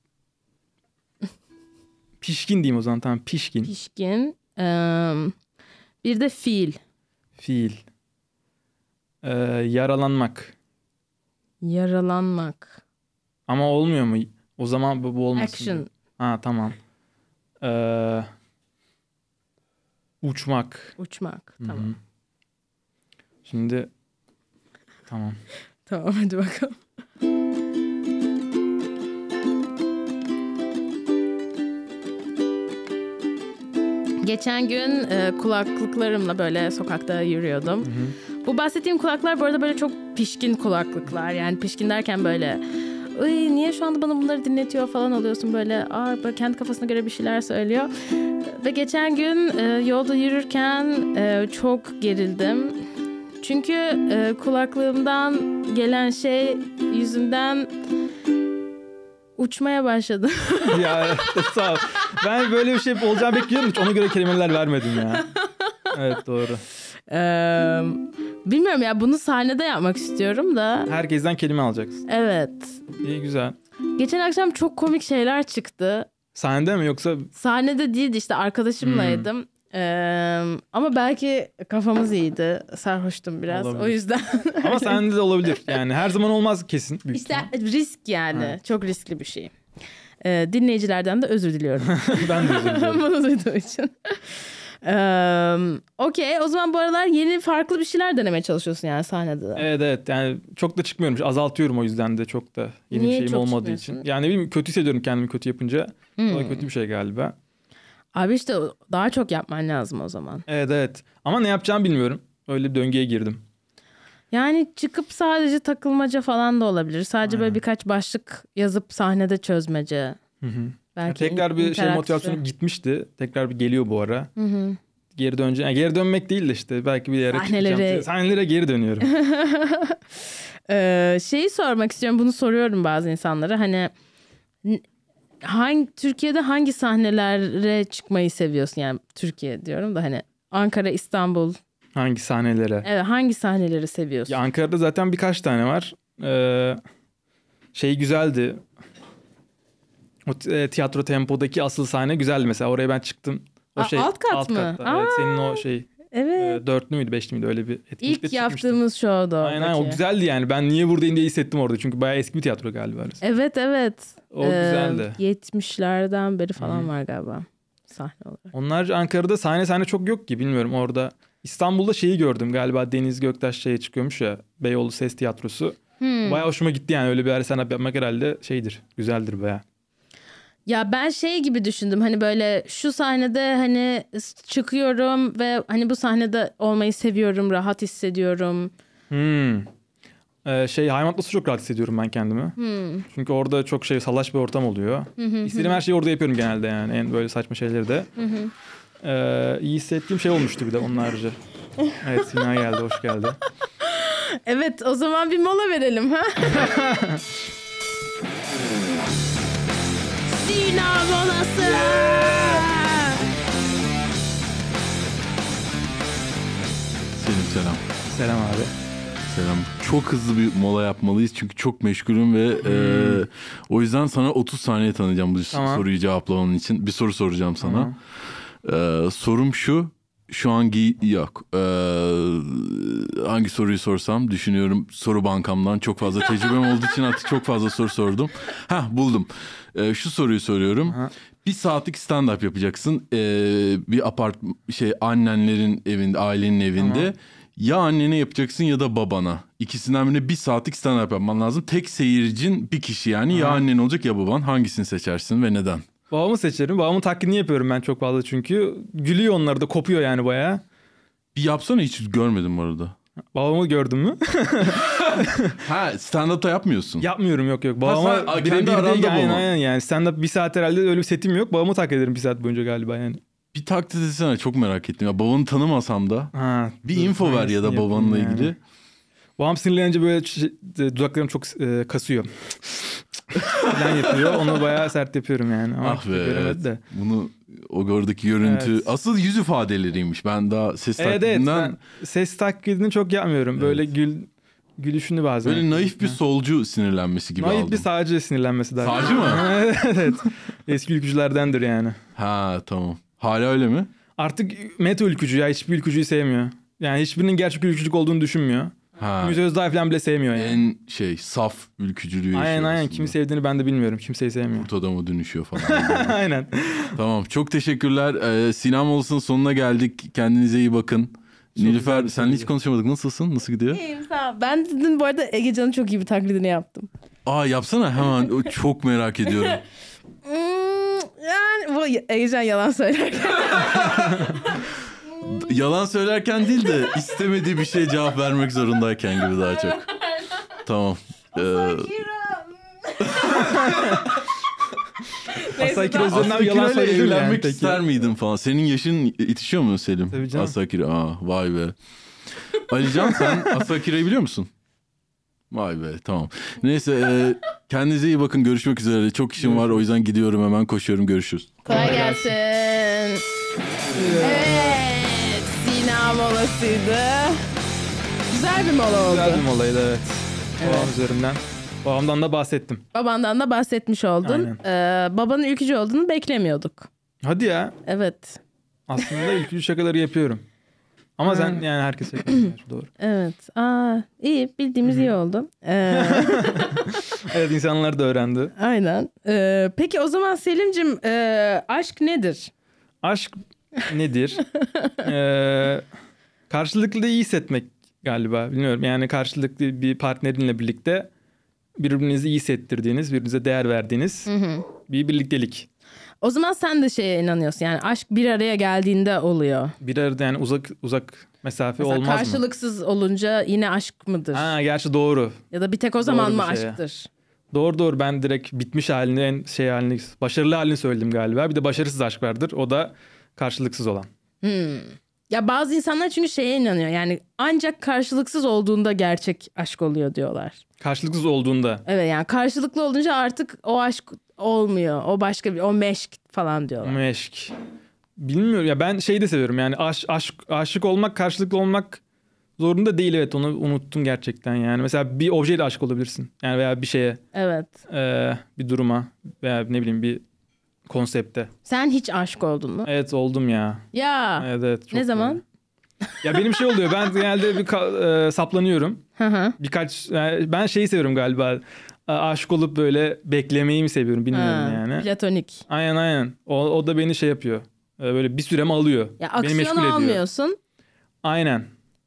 Pişkin diyeyim o zaman, tamam, pişkin. Pişkin. Ee, bir de fiil. Fiil. Ee, yaralanmak. Yaralanmak. Ama olmuyor mu? O zaman bu, bu olmasın. Action. Diye. Ha tamam. Ee, uçmak. Uçmak, tamam. Hı-hı. Şimdi tamam. Tamam, hadi bakalım. Geçen gün e, kulaklıklarımla böyle sokakta yürüyordum. Hı hı. Bu bahsettiğim kulaklar bu arada böyle çok pişkin kulaklıklar. Yani pişkin derken böyle Ay, niye şu anda bana bunları dinletiyor falan oluyorsun böyle. Aa, böyle kendi kafasına göre bir şeyler söylüyor. Ve geçen gün e, yolda yürürken e, çok gerildim. Çünkü e, kulaklığımdan gelen şey yüzünden uçmaya başladım. Ya sağ ol. Ben böyle bir şey olacağını bekliyordum, hiç ona göre kelimeler vermedim ya. Evet, doğru. Ee, bilmiyorum ya, bunu sahnede yapmak istiyorum da. Herkesten kelime alacaksın. Evet. İyi, güzel. Geçen akşam çok komik şeyler çıktı. Sahnede mi yoksa? Sahnede değildi, işte arkadaşımlaydım. Hmm. Ee, ama belki kafamız iyiydi. Sarhoştum biraz. Olabilir. O yüzden. Ama sahnede de olabilir. Yani her zaman olmaz kesin. Büyük işte ihtimal. Risk yani. Evet. Çok riskli bir şey. Ee, dinleyicilerden de özür diliyorum. Ben de özür diliyorum. Bunu duyduğum için. Ee, Okey, o zaman bu aralar yeni farklı bir şeyler denemeye çalışıyorsun yani sahnede de. Evet evet, yani çok da çıkmıyorum. Azaltıyorum o yüzden de, çok da yeni Niye bir şeyim çok olmadığı için. Yani ne bileyim, kötü hissediyorum kendimi kötü yapınca. Hmm. O da kötü bir şey galiba. Abi işte daha çok yapman lazım o zaman. Evet evet, ama ne yapacağımı bilmiyorum. Öyle bir döngüye girdim. Yani çıkıp sadece takılmaca falan da olabilir. Sadece Aynen. böyle birkaç başlık yazıp sahnede çözmece. Hı hı. Belki yani tekrar bir şey motivasyonu gitmişti. Tekrar bir geliyor bu ara. Hı hı. Geri dönce, yani geri dönmek değil de işte belki bir yere Sahnelere... çıkacağım. Sahnelere geri dönüyorum. ee, şeyi sormak istiyorum. Bunu soruyorum bazı insanlara. Hani hangi Türkiye'de hangi sahnelere çıkmayı seviyorsun? Yani Türkiye diyorum da hani Ankara, İstanbul. Hangi sahnelere? Evet, hangi sahneleri seviyorsun? Ya Ankara'da zaten birkaç tane var. Ee, şey güzeldi. O tiyatro Tempo'daki asıl sahne güzeldi mesela. Oraya ben çıktım. O Aa, şey alt kat alt mı? katta. Evet, senin o şey. Evet. E, dörtlü müydü, beşli müydü, öyle bir etkinlikte İlk çıkmıştım. yaptığımız show'da. Aynen, aynen, o güzeldi yani. Ben niye buradayım diye hissettim orada. Çünkü bayağı eski bir tiyatro galiba. Öyle. Evet evet. O ee, güzeldi. yetmişlerden beri falan Hı. var galiba sahne olarak. Onlar Ankara'da sahne sahne çok yok ki, bilmiyorum orada. İstanbul'da şeyi gördüm galiba, Deniz Göktaş şeye çıkıyormuş ya, Beyoğlu Ses Tiyatrosu. Hmm. Bayağı hoşuma gitti yani, öyle bir ara stand-up yapmak herhalde şeydir, güzeldir bayağı. Ya ben şey gibi düşündüm, hani böyle şu sahnede hani çıkıyorum ve hani bu sahnede olmayı seviyorum, rahat hissediyorum. Hmm. Ee, şey Haymatlısı çok rahat hissediyorum ben kendimi. Hmm. Çünkü orada çok şey salaş bir ortam oluyor. İstediğim her şeyi orada yapıyorum genelde yani, en böyle saçma şeyleri de. Ee, iyi hissettiğim şey olmuştu bir de onun harici. Evet, Sina geldi, hoş geldi. Evet, o zaman bir mola verelim ha. Sina molası. Selim selam. Selam abi. Selam. Çok hızlı bir mola yapmalıyız çünkü çok meşgulüm ve hmm. e, o yüzden sana otuz saniye tanıyacağım bu tamam. soruyu cevaplaman için. Bir soru soracağım sana. Tamam. E, sorum şu. Şu an gi- yok. Ee, hangi soruyu sorsam düşünüyorum. Soru bankamdan çok fazla tecrübem olduğu için artık çok fazla soru sordum. Hah, buldum. Ee, şu soruyu soruyorum. Aha. Bir saatlik stand-up yapacaksın. Ee, bir apart şey annenlerin evinde, ailenin evinde. Aha. Ya annene yapacaksın ya da babana. İkisinden birine bir saatlik stand-up yapman lazım. Tek seyircin bir kişi yani. Aha. Ya annen olacak ya baban. Hangisini seçersin ve neden? Babamı seçerim. Babamın taklidini yapıyorum ben çok fazla çünkü. Gülüyor, onlar da kopuyor yani bayağı. Bir yapsana, hiç görmedim bu arada. Babamı gördün mü? Ha, stand-up'ta yapmıyorsun. Yapmıyorum, yok yok. Babama birebir değil, aynen, aynen yani. Stand-up bir saat herhalde, öyle bir setim yok. Babamı taklit ederim bir saat boyunca galiba yani. Bir taklit etsene, çok merak ettim. Ya babanı tanımasam da ha, bir info ver ya da babanla yani. ilgili. Babam sinirlenince böyle dudaklarım çok e, kasıyor. falan yapıyor. Onu bayağı sert yapıyorum yani. Ama ah be, evet. De. Bunu o oradaki görüntü evet. Asıl yüz ifadeleriymiş. Ben daha ses evet, taklidinden... Evet, ses taklidini çok yapmıyorum. Böyle evet. gül gülüşünü bazen. Böyle naif bir solcu sinirlenmesi gibi naif aldım. Naif bir sağcı sinirlenmesi daha. Sağcı mı? evet, evet. Eski ülkücülerdendir yani. Ha, tamam. Hala öyle mi? Artık meta ülkücü ya. Hiçbir ülkücüyü sevmiyor. Yani hiçbirinin gerçek ülkücülük olduğunu düşünmüyor. Ümit Özdağ falan bile sevmiyor yani. En şey saf ülkücülüğü yaşıyor. Aynen aynen. Kimi sevdiğini ben de bilmiyorum. Kimseyi sevmiyor. Kurt adama dönüşüyor falan. Aynen. Tamam, çok teşekkürler. Ee, Sinem olsun, sonuna geldik. Kendinize iyi bakın. Çok Nilüfer, seninle hiç konuşamadık. Nasılsın? Nasıl gidiyor? İyiyim, sağ ol. Ben dün bu arada Egecan'ın çok iyi bir taklidini yaptım. Aa, yapsana hemen. Çok merak ediyorum. Yani bu Egecan yalan söylerken. Yalan söylerken değil de istemediği bir şeye cevap vermek zorundayken gibi daha çok. Tamam. Asakira üzerinden yalan söyleyebilir evlenmek yani, ister miydin falan? Senin yaşın itişiyor mu Selim? Tabii canım. Asakira, aa, vay be. Alican, sen Asakira'yı biliyor musun? Vay be, tamam. Neyse, e, kendinize iyi bakın, görüşmek üzere. Çok işim var, o yüzden gidiyorum, hemen koşuyorum, görüşürüz. Kolay gelsin. Evet, Sina molasıydı. Güzel bir mola oldu. Güzel bir molaydı, evet. Evet. Babam üzerinden. Babamdan da bahsettim. Babandan da bahsetmiş oldun. Ee, babanın ülkücü olduğunu beklemiyorduk. Hadi ya. Evet. Aslında ülkücü şakaları yapıyorum. Ama ha. sen yani herkes yapıyor. Doğru. Evet. Aa, iyi. Bildiğimiz iyi oldu. Ee... evet, insanlar da öğrendi. Aynen. Ee, peki o zaman Selim'cim, e, aşk nedir? Aşk nedir? ee, karşılıklı iyi hissetmek galiba. Bilmiyorum yani karşılıklı bir partnerinle birlikte birbirinizi iyi hissettirdiğiniz, birbirinize değer verdiğiniz hı hı. bir birliktelik. O zaman sen de şeye inanıyorsun yani aşk bir araya geldiğinde oluyor. Bir arada yani uzak uzak mesafe mesela olmaz mı? Karşılıksız olunca yine aşk mıdır? Ha gerçi doğru. Ya da bir tek o zaman doğru mı şey. aşktır? Doğru doğru ben direkt bitmiş halini, en şey halini, başarılı halini söyledim galiba. Bir de başarısız aşk vardır. O da karşılıksız olan. Hmm. Ya bazı insanlar çünkü şeye inanıyor. Yani ancak karşılıksız olduğunda gerçek aşk oluyor diyorlar. Karşılıksız olduğunda. Evet yani karşılıklı olunca artık o aşk olmuyor. O başka bir o meşk falan diyorlar. Meşk. Bilmiyorum ya ben şeyi de seviyorum. Yani aş, aşk aşık olmak, karşılıklı olmak zorunda değil, evet, onu unuttum gerçekten yani. Mesela bir objeyle aşık olabilirsin. Yani veya bir şeye. Evet. E, bir duruma veya ne bileyim bir konsepte. Sen hiç aşık oldun mu? Evet oldum ya. Ya. Evet, evet, çok ne zaman? Ya benim şey oluyor, ben genelde bir ka- e, saplanıyorum. Birkaç yani ben şeyi seviyorum galiba. Aşık olup böyle beklemeyi mi seviyorum bilmiyorum ha, yani. Platonik. Aynen aynen. O, o da beni şey yapıyor. Böyle bir süremi alıyor. Ya beni meşgul aksiyon ediyor. almıyorsun. Aynen.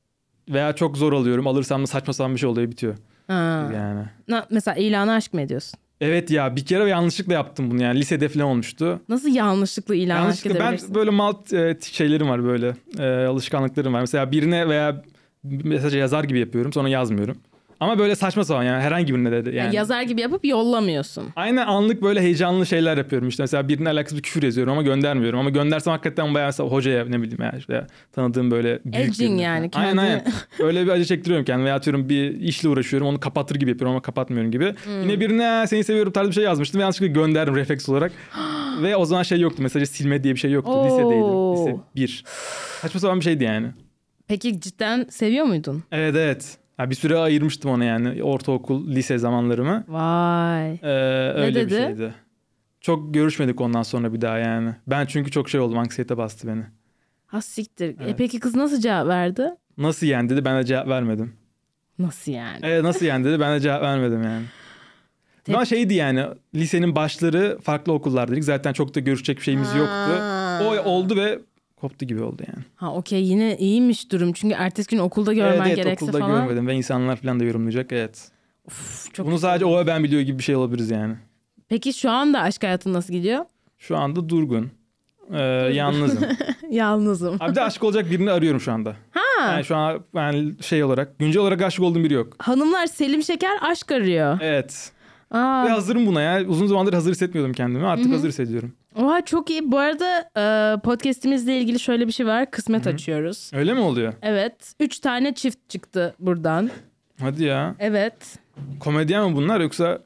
Veya çok zor alıyorum. Alırsam da saçma sapan bir şey oluyor, bitiyor. Ha. Yani. Na, mesela ilana aşk mı ediyorsun? Evet ya, bir kere yanlışlıkla yaptım bunu yani. Lisede falan olmuştu. Nasıl yanlışlıkla ilan yanlışlıkla aşk edebilirsin? Ben böyle malt e, şeylerim var böyle. E, alışkanlıklarım var. Mesela birine veya mesaj yazar gibi yapıyorum, sonra yazmıyorum. Ama böyle saçma sapan yani, herhangi birine de yani. yani yazar gibi yapıp yollamıyorsun. Aynen, anlık böyle heyecanlı şeyler yapıyorum işte. Mesela birine alakasız bir küfür yazıyorum ama göndermiyorum. Ama göndersem hakikaten bayağı mesela hocaya, ne bileyim yani işte tanıdığım böyle büyük Edging yani. Aynen kendi... aynen. Öyle bir acı çektiriyorum kendime. Veya atıyorum bir işle uğraşıyorum, onu kapatır gibi yapıyorum ama kapatmıyorum gibi. Hmm. Yine birine seni seviyorum tarzı bir şey yazmıştım ve yanlışlıkla gönderdim refleks olarak. Ve o zaman şey yoktu, mesajı silme diye bir şey yoktu. Oo. Lisedeydim. Lise bir. Saçma sapan bir şeydi yani. Peki cidden seviyor muydun? Evet evet. Ya bir süre ayırmıştım ona yani, ortaokul, lise zamanlarımı. Vay. Ee, öyle ne dedi? Bir şeydi. Çok görüşmedik ondan sonra bir daha yani. Ben çünkü çok şey oldum, anksiyete bastı beni. Ha siktir. Evet. E peki kız nasıl cevap verdi? Nasıl yani dedi, ben de cevap vermedim. Nasıl yani? Evet, nasıl yani dedi, ben de cevap vermedim yani. Tep- Ama şeydi yani, lisenin başları farklı okullardaydık. Zaten çok da görüşecek bir şeyimiz ha. yoktu. O oldu ve koptu gibi oldu yani. Ha okey, yine iyiymiş durum. Çünkü ertesi gün okulda görmen evet, evet, gerekse okulda falan. Evet okulda görmedim ve insanlar falan da yorumlayacak, evet. Of, çok Bunu güzel. Sadece o ve ben biliyor gibi bir şey olabiliriz yani. Peki şu anda aşk hayatın nasıl gidiyor? Şu anda durgun. Ee, yalnızım. Yalnızım. Abi de aşık olacak birini arıyorum şu anda. Ha. Yani şu an yani şey olarak, güncel olarak aşık olduğum biri yok. Hanımlar, Selim Şeker aşk arıyor. Evet. Aa. Ve hazırım buna ya. Uzun zamandır hazır hissetmiyordum kendimi. Artık Hı-hı. hazır hissediyorum. Oha, çok iyi. Bu arada podcast'imizle ilgili şöyle bir şey var. Kısmet Hı-hı. açıyoruz. Öyle mi oluyor? Evet. Üç tane çift çıktı buradan. Hadi ya. Evet. Komedyen mi bunlar yoksa?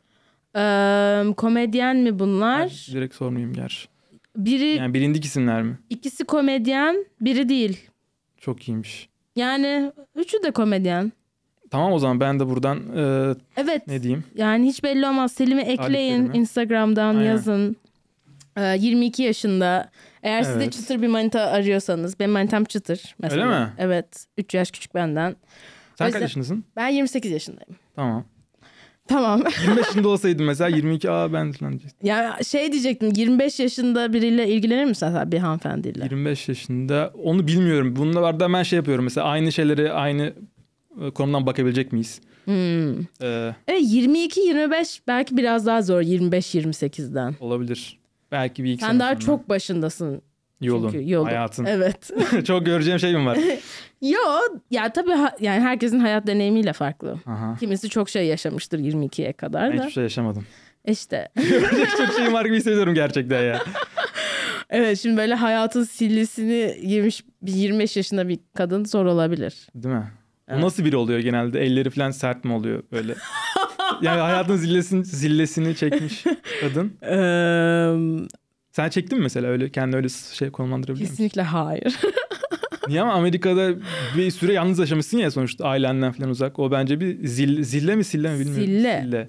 Ee, komedyen mi bunlar? Hayır, direkt sormayayım gerçi. Biri... Yani bilindik isimler mi? İkisi komedyen, biri değil. Çok iyiymiş. Yani üçü de komedyen. Tamam, o zaman ben de buradan e, evet. ne diyeyim? Yani hiç belli olmaz. Selim'i ekleyin, Instagram'dan Aynen. yazın. Ee, yirmi iki yaşında. Eğer evet. siz de çıtır bir manita arıyorsanız. Benim manitam çıtır mesela. Öyle mi? Evet. üç yaş küçük benden. Sen kaç yaşındasın? Ben yirmi sekiz yaşındayım. Tamam. Tamam. yirmi beş yaşında olsaydım mesela, yirmi iki aa ben falan diyecektim. Ya şey diyecektim, yirmi beş yaşında biriyle ilgilenir misin mesela, bir hanımefendiyle? yirmi beş yaşında onu bilmiyorum. Bunlarda ben şey yapıyorum mesela, aynı şeyleri aynı konudan bakabilecek miyiz? Hmm. Ee, evet, yirmi iki yirmi beş belki biraz daha zor yirmi beş yirmi sekizden. Olabilir. Belki bir iki Sen sene daha sonra. çok başındasın. Yolun, Çünkü yolun. hayatın. Evet. Çok göreceğim şey mi var? Yo, ya tabii ha, yani herkesin hayat deneyimiyle farklı. Aha. Kimisi çok şey yaşamıştır yirmi ikiye kadar ben da. hiçbir şey yaşamadım. İşte. Görecek çok şeyim var gibi hissediyorum gerçekten ya. Evet, şimdi böyle hayatın sillesini yemiş yirmi beş yaşında bir kadın zor olabilir. Değil mi? Evet. O nasıl biri oluyor genelde? Elleri falan sert mi oluyor böyle? Yani hayatın zillesini, zillesini çekmiş kadın. Eee... Sen çektin mi mesela, öyle kendi öyle şey konumlandırabiliyor musun? Kesinlikle hayır. Niye ama, Amerika'da bir süre yalnız yaşamışsın ya sonuçta, ailenden falan uzak. O bence bir zil, zille mi sille mi bilmiyorum. Zille. Zille.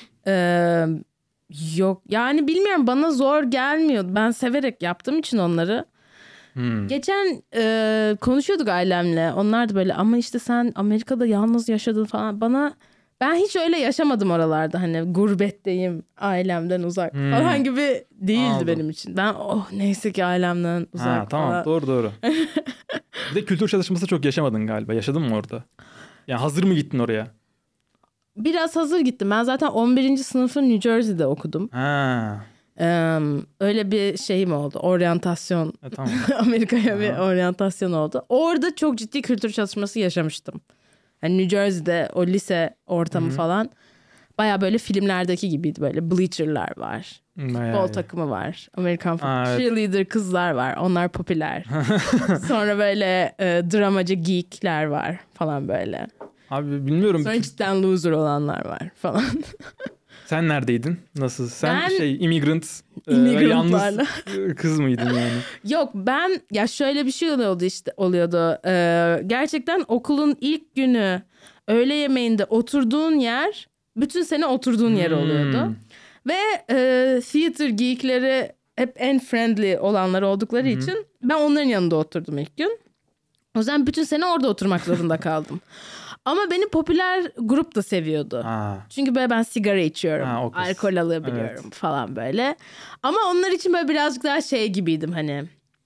Ee, yok yani bilmiyorum, bana zor gelmiyor. Ben severek yaptığım için onları. Hmm. Geçen e, konuşuyorduk ailemle. Onlar da böyle, ama işte sen Amerika'da yalnız yaşadın falan. Bana Ben hiç öyle yaşamadım oralarda. Hani gurbetteyim, ailemden uzak Hmm. falan gibi değildi Anladım. benim için. Ben oh neyse ki ailemden uzak Ha, tamam falan. doğru doğru. Bir de kültür çatışması çok yaşamadın galiba. Yaşadın mı orada? Yani hazır mı gittin oraya? Biraz hazır gittim. Ben zaten on birinci sınıfı New Jersey'de okudum. Ha. Ee, öyle bir şeyim oldu. Oryantasyon. E, tamam. Amerika'ya bir Aha. oryantasyon oldu. Orada çok ciddi kültür çatışması yaşamıştım. Yani New Jersey'de o lise ortamı Hı-hı. falan baya böyle filmlerdeki gibiydi. Böyle bleacher'lar var. Bayağı Futbol iyi. takımı var. Amerikan futbol. Aa, evet. Cheerleader kızlar var. Onlar popüler. Sonra böyle e, dramacı geekler var falan böyle. Abi bilmiyorum. Sonra cidden loser olanlar var falan. Sen neredeydin? Nasıl? Sen Ben- şey immigrant, e, ve İmmigrantlarla. yalnız kız mıydın yani? Yok ben ya şöyle bir şey oluyordu işte oluyordu. Ee, gerçekten okulun ilk günü öğle yemeğinde oturduğun yer bütün sene oturduğun yer oluyordu. Hmm. Ve e, theater geekleri hep en friendly olanlar oldukları Hı-hı. için ben onların yanında oturdum ilk gün. O yüzden bütün sene orada oturmak zorunda kaldım. Ama beni popüler grup da seviyordu. Ha. Çünkü böyle ben sigara içiyorum, Ha, o kız. alkol alabiliyorum falan böyle. Ama onlar için böyle birazcık daha şey gibiydim hani.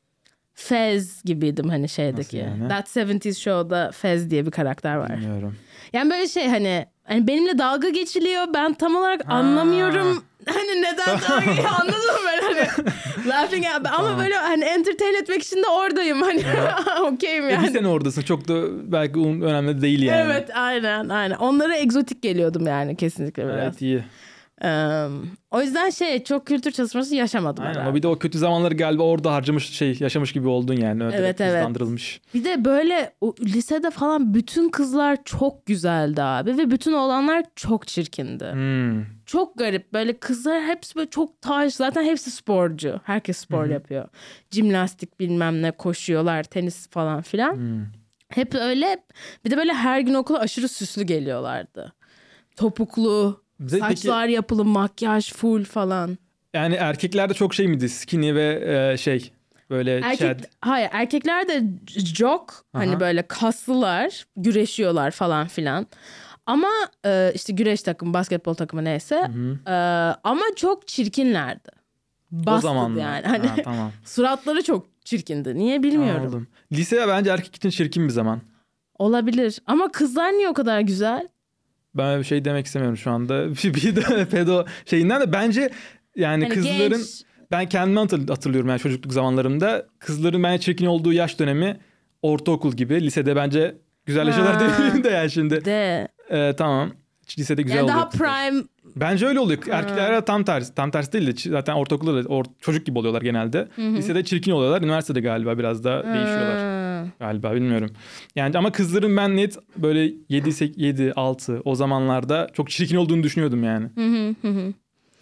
Fez gibiydim hani şeydeki. Nasıl yani? That seventies Show'da Fez diye bir karakter var. Bilmiyorum. Yani böyle şey hani, hani benimle dalga geçiliyor. Ben tam olarak Ha. anlamıyorum. Hani neden dalga geçiyor anladın mı böyle hani. Laughing at, ama Tamam. böyle hani entertain etmek için de oradayım hani. Okeyim E, yani. bir sene oradasın. Çok da belki önemli değil yani. Evet aynen aynen. Onlara egzotik geliyordum yani kesinlikle biraz. Evet iyi. Ee, o yüzden şey çok kültür çatışması yaşamadım Aynen. herhalde. O bir de o kötü zamanları galiba orada harcamış şey yaşamış gibi oldun yani. Öyle Evet, evet. hızlandırılmış. Bir de böyle o, lisede falan bütün kızlar çok güzeldi abi ve bütün oğlanlar çok çirkindi. Hmm. Çok garip böyle kızlar hepsi böyle çok taş zaten hepsi sporcu. Herkes spor Hı hı. yapıyor. Jimnastik bilmem ne koşuyorlar tenis falan filan. Hmm. Hep öyle bir de böyle her gün okula aşırı süslü geliyorlardı. Topuklu, Bize peki- saçlar yapılı, makyaj full falan. Yani erkeklerde çok şey miydi? Skinny ve e, şey böyle Erkek, chad. hayır erkekler de jok hani Aha. böyle kaslılar güreşiyorlar falan filan. Ama e, işte güreş takımı basketbol takımı neyse Hı-hı. e, ama çok çirkinlerdi. O Busted zaman mı? yani. Hani Ha, tamam. suratları çok çirkindi. Niye bilmiyorum. Anladım. Lise bence erkek için çirkin bir zaman. Olabilir. Ama kızlar niye o kadar güzel? Ben bir şey demek istemiyorum şu anda. Bir de pedo şeyinden de bence yani Hani kızların genç. ben kendimi hatır- hatırlıyorum yani çocukluk zamanlarımda. Kızların bence çirkin olduğu yaş dönemi ortaokul gibi. Lisede bence güzel yaşıyorlar Ha. demeyeyim de yani şimdi. De. Ee, tamam. Lisede güzel Yani oluyor. daha kızlar. prime. Bence öyle oluyor. Erkeklerde tam tersi. Tam tersi değil de zaten ortaokulda da or- çocuk gibi oluyorlar genelde. Lisede çirkin oluyorlar. Üniversitede galiba biraz daha değişiyorlar. Ha. Galiba bilmiyorum. Yani ama kızların ben net böyle yedi, yedi, altı o zamanlarda çok çirkin olduğunu düşünüyordum yani. Hı hı hı hı.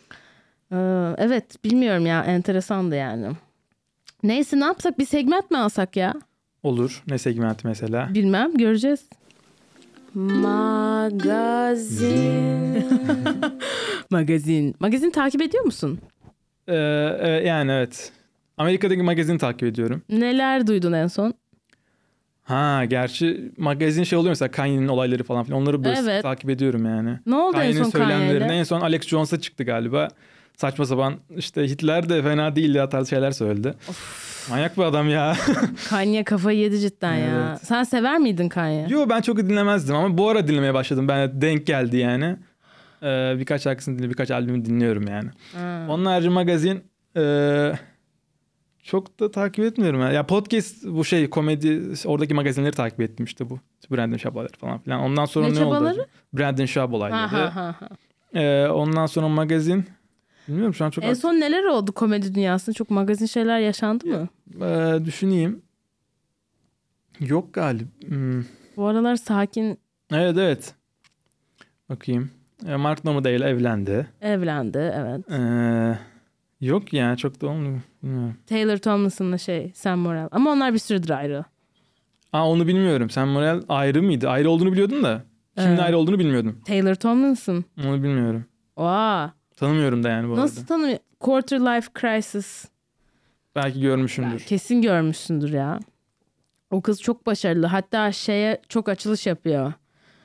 Ee, evet bilmiyorum ya enteresandı yani. Neyse ne yapsak bir segment mi alsak ya? Olur. Ne segmenti mesela? Bilmem göreceğiz. Magazin. Magazin. Magazin takip ediyor musun? Ee, e, yani evet. Amerika'daki magazin takip ediyorum. Neler duydun en son? Ha gerçi magazin şey oluyor mesela Kanye'nin olayları falan filan. Onları böyle Evet. takip ediyorum yani. Ne oldu en Kanye'nin son söylemlerine. Kanye'yle? En son Alex Jones'a çıktı galiba. Saçma sapan işte Hitler de fena değil ya tarzı şeyler söyledi. Manyak bir adam ya. Kanye kafayı yedi cidden ya. Evet. Sen sever miydin Kanye? Yo ben çok dinlemezdim ama bu ara dinlemeye başladım. Ben denk geldi yani. Ee, birkaç şarkısını dinliyorum, birkaç albümü dinliyorum yani. Ha. Onun harici magazin e, çok da takip etmiyorum. Ya. ya podcast bu şey komedi oradaki magazinleri takip ettim işte bu. Brandon Schaub olayları falan filan. Ondan sonra Ne ne, çabaları? oldu? Brandon Schaub olayları. Ha, ha, ha, ha. Ee, ondan sonra magazin. Bilmiyorum şu an çok En son neler oldu komedi dünyasında? Çok magazin şeyler yaşandı mı? Ee, düşüneyim. Yok galiba. Hmm. Bu aralar sakin Evet evet. Bakayım. Ee, Mark Normandale ile evlendi. evlendi evet. Ee, yok yani çok da olmuyor. Bilmiyorum. Taylor Tomlinson'la şey Sam Morril. Ama onlar bir süredir ayrı. Aa onu bilmiyorum. Sam Morril ayrı mıydı? Ayrı olduğunu biliyordun da. Şimdi Evet. ayrı olduğunu bilmiyordum. Taylor Tomlinson. Onu bilmiyorum. Aa, Tanımıyorum da yani bu nasıl arada. tanımıyor? Quarter Life Crisis. Belki görmüşümdür. Kesin görmüşsündür ya. O kız çok başarılı. Hatta şeye çok açılış yapıyor.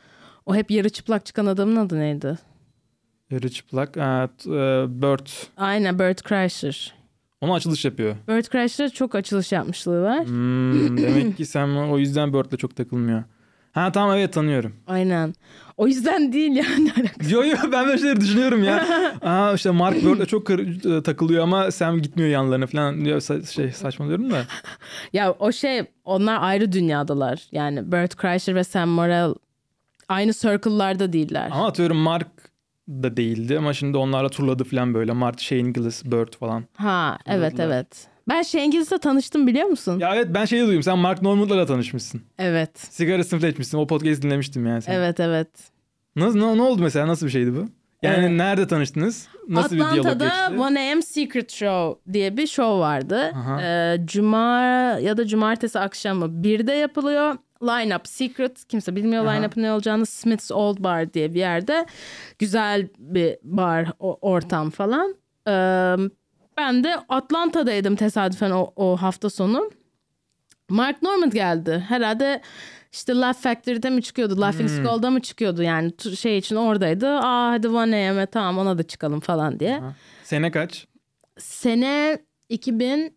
O hep yarı çıplak çıkan adamın adı neydi? Yarı çıplak. Evet, Bert. Aynen, Bert Kreischer. Onu açılış yapıyor. Bert Kreischer'da çok açılış yapmışlığı var. Hmm, demek ki sen o yüzden Bert'le çok takılmıyor. Ha tamam, evet tanıyorum. Aynen. O yüzden değil yani. Yo yo ben böyle şeyleri düşünüyorum ya. Aa işte Mark Bert'le çok kır- takılıyor ama Sam gitmiyor yanlarına falan diyor, sa- şey saçmalıyorum da. Ya o şey, onlar ayrı dünyadalar. Yani Bert Kreischer ve Sam Morril aynı circle'larda değiller. Ama atıyorum Mark da değildi ama şimdi onlarla turladı falan böyle. Mark, Shane Gillis, Bert falan. Ha Turladılar. evet evet. Ben Shane Gillis'le tanıştım biliyor musun? Ya evet ben şeyi duydum. Sen Mark Norman'la tanışmışsın. Evet. Sigarasını falan içmişsin. O podcast'i dinlemiştim yani. Sen. Evet evet. Nasıl, ne, ne oldu mesela? Nasıl bir şeydi bu? Yani evet. Nerede tanıştınız? Nasıl bir diyalog geçti? Atlanta'da one a m Secret Show diye bir show vardı. Ee, Cuma ya da cumartesi akşamı birde yapılıyor. Line-up secret. Kimse bilmiyor line-up'ın ne olacağını. Smith's Old Bar diye bir yerde. Güzel bir bar, o, ortam falan. Ee, ben de Atlanta'daydım tesadüfen o, o hafta sonu. Mark Normand geldi. Herhalde işte Laugh Factory'de mi çıkıyordu? Laughing hmm. Skull'da mı çıkıyordu? Yani şey için oradaydı. Aa hadi one a m'e tamam ona da çıkalım falan diye. Aha. Sene kaç? Sene iki bin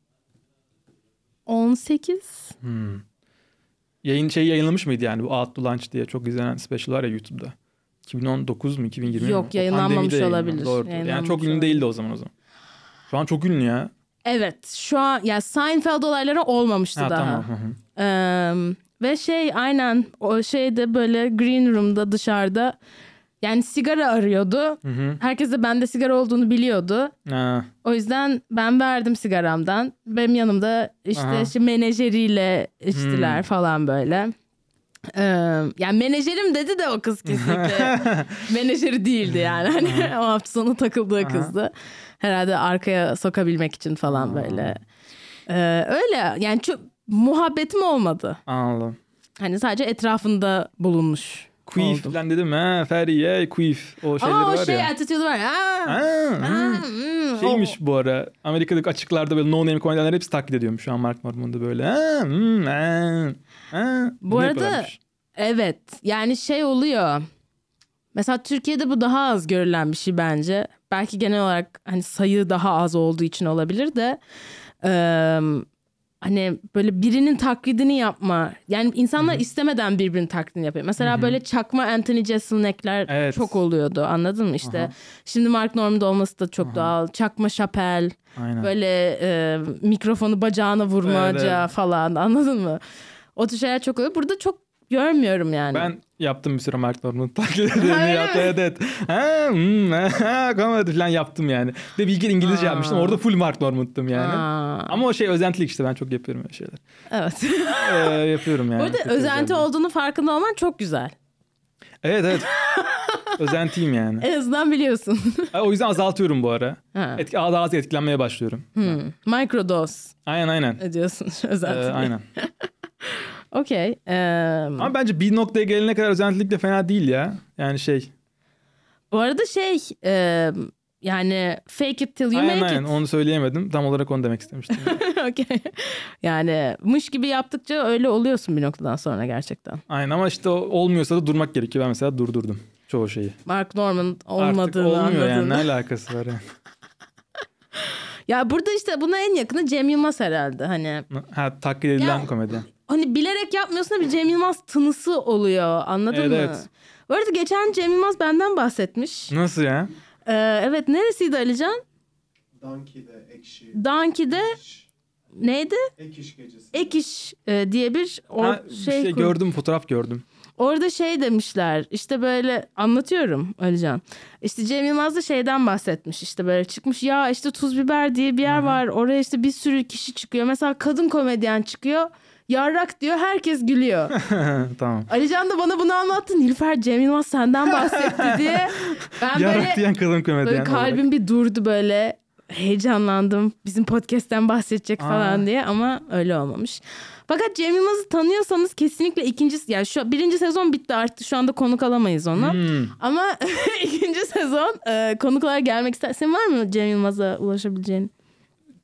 on sekiz. Hmm. Yayın şey yayınlamış mıydı yani bu Out to Lunch diye çok izlenen special var ya YouTube'da. iki bin on dokuz mu iki bin yirmi mi? Yok yayınlanmamış olabilir. Doğru. Yani çok ünlü değildi o zaman o zaman. Şu an çok ünlü ya. Evet şu an yani Seinfeld olayları olmamıştı ha, daha. Tamam. Ee, ve şey aynen o şeyde böyle green room'da dışarıda yani sigara arıyordu. Hı hı. Herkes de bende sigara olduğunu biliyordu. Ha. O yüzden ben verdim sigaramdan. Benim yanımda işte, işte menajeriyle içtiler hmm. falan böyle. Ee, yani menajerim dedi de o kız kesinlikle menajeri değildi yani. Hani o hafta sonu takıldığı kızdı. Herhalde arkaya sokabilmek için falan böyle. Ee, öyle yani çok muhabbetim olmadı. Anladım. Hani sadece etrafında bulunmuş. Queef falan dedim ha. Feriye, Queef. O şeyleri Aa, var o şey, ya. attitude var ya. Aa, aa, aa, hmm. Şeymiş o. Bu ara. Amerika'daki açıklarda böyle no name komedyenler hepsi taklit ediyormuş şu an Mark Norman'da böyle. Aa, hmm, aa, aa. Bu ne arada yapıyormuş? Evet. Yani şey oluyor. Mesela Türkiye'de bu daha az görülen bir şey bence. Belki genel olarak hani sayı daha az olduğu için olabilir de. Eee Hani böyle birinin taklidini yapma. Yani insanlar Hı-hı. istemeden birbirinin taklidini yapıyor. Mesela Hı-hı. böyle çakma Anthony Jeselnik'ler evet. çok oluyordu. Anladın mı işte? Aha. Şimdi Mark Normand olması da çok Aha. doğal. Çakma Chappelle. Aynen. Böyle e, mikrofonu bacağına vurmaca evet. falan. Anladın mı? O tür şeyler çok oluyor. Burada çok görmüyorum yani. Ben yaptım bir süre Mark Normand'ı taklit edildiğini yaptım. Evet evet. Ha, hmm, ha, komedi falan yaptım yani. Ve bir iki İngilizce Aa. yapmıştım. Orada full Mark Normand'tım yani. Aa. Ama o şey özentilik işte. Ben çok yapıyorum öyle şeyler. Evet. ee, yapıyorum yani. Burada özenti olduğunu farkında olman çok güzel. Evet evet. Özentiyim yani. En azından biliyorsun. O yüzden azaltıyorum bu ara. Etki, daha az etkilenmeye başlıyorum. Hmm. Microdose. Aynen aynen. Ediyorsun özentiliği. Ee, aynen. Okey. Um... Ama bence bir noktaya gelene kadar özentilik de fena değil ya. Yani şey. Bu arada şey e, yani fake it till you aynen, make aynen. it. Onu söyleyemedim. Tam olarak onu demek istemiştim. Okey. Yani mış gibi yaptıkça öyle oluyorsun bir noktadan sonra gerçekten. Aynen ama işte olmuyorsa da durmak gerekiyor. Ben mesela durdurdum çoğu şeyi. Mark Normand olmadığını anladın. Artık olmuyor yani. Ne alakası var yani. Ya burada işte buna en yakını Cem Yılmaz herhalde. Hani. Ha taklit edilen ya, komedyen. Hani bilerek yapmıyorsun da bir Cem Yılmaz tınısı oluyor. Anladın evet, mı? Evet. Bu arada geçen Cem Yılmaz benden bahsetmiş. Nasıl ya? Ee, evet neresiydi Alican? Donkey'de, Ekşi. Donkey'de Ekş. neydi? Ek iş gecesi. Ek iş e, diye bir, or- ha, şey, şey gördüm, fotoğraf gördüm. Orada şey demişler işte böyle anlatıyorum Alican. İşte Cem Yılmaz da şeyden bahsetmiş işte böyle çıkmış ya işte Tuz Biber diye bir yer Hı-hı. var. Oraya işte bir sürü kişi çıkıyor. Mesela kadın komedyen çıkıyor. Yarrak diyor herkes gülüyor. Tamam. Alican da bana bunu anlattı. Nilüfer Cem Yılmaz senden bahsetti diye. Ben Yarrak böyle, diyen kadın komedyen böyle kalbim olarak. Bir durdu böyle. Heyecanlandım. Bizim podcast'ten bahsedecek Aa. falan diye ama öyle olmamış. Fakat Cem Yılmaz'ı tanıyorsanız kesinlikle ikinci yani şu birinci sezon bitti artık şu anda konuk alamayız onu. Hmm. Ama ikinci sezon e, konuk olarak gelmek istersen var mı Cem Yılmaz'a ulaşabileceğin?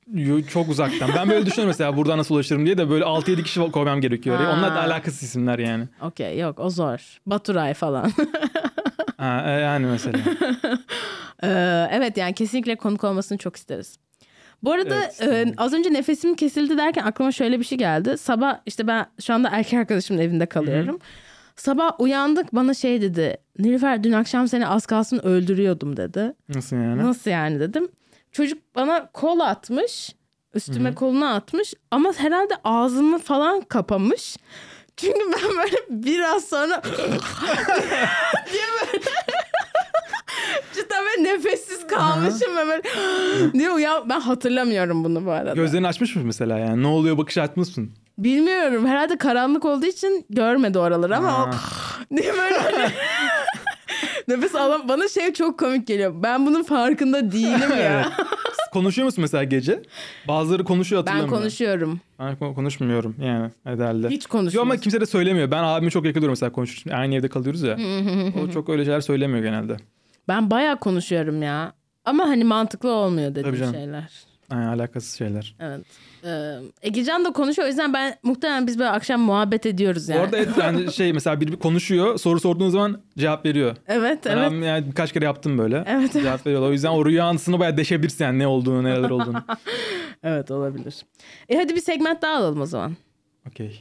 Yo, çok uzaktan. Ben böyle düşünüyorum mesela buradan nasıl ulaşırım diye de böyle altı yedi kişi koymam gerekiyor oraya. Onlar da alakasız isimler yani. Okey, yok o zor. Baturay falan. Ha, e, yani mesela. Ee, evet yani kesinlikle konuk olmasını çok isteriz. Bu arada Evet, e, az önce nefesim kesildi derken aklıma şöyle bir şey geldi. Sabah işte ben şu anda erkek arkadaşımın evinde kalıyorum. Hı-hı. Sabah uyandık, bana şey dedi. Nilüfer, dün akşam seni az kalsın öldürüyordum dedi. Nasıl yani? Nasıl yani dedim. Çocuk bana kol atmış. Üstüme Hı-hı. kolunu atmış. Ama herhalde ağzımı falan kapamış. Çünkü ben böyle biraz sonra diye böyle cidden böyle nefessiz kalmışım ve böyle diye uyan. Ben hatırlamıyorum bunu bu arada. Gözlerini açmış mı mesela yani? Ne oluyor bakış atmış mısın? Bilmiyorum. Herhalde karanlık olduğu için görmedi oraları ama o diye böyle nefes alan, bana şey çok komik geliyor. Ben bunun farkında değilim ya. Konuşuyor musun mesela gece? Bazıları konuşuyor, hatırlamıyorum. Ben konuşuyorum. Ben konuşmuyorum yani herhalde. Hiç konuşmuyor. Yok ama kimse de söylemiyor. Ben abimi çok yakılıyorum mesela konuşurken. Aynı evde kalıyoruz ya. O çok öyle şeyler söylemiyor genelde. Ben bayağı konuşuyorum ya. Ama hani mantıklı olmuyor dediğim şeyler. Yani alakasız şeyler. Evet. Ee, Egecan da konuşuyor. O yüzden ben muhtemelen biz böyle akşam muhabbet ediyoruz yani. Orada yani şey mesela biri konuşuyor. Soru sorduğun zaman cevap veriyor. Evet, ben evet. Yani birkaç kere yaptım böyle. Evet. Cevap veriyorlar. O yüzden o rüyasını bayağı deşebilirsin yani ne olduğunu, neler olduğunu. Evet, olabilir. E hadi bir segment daha alalım o zaman. Okey.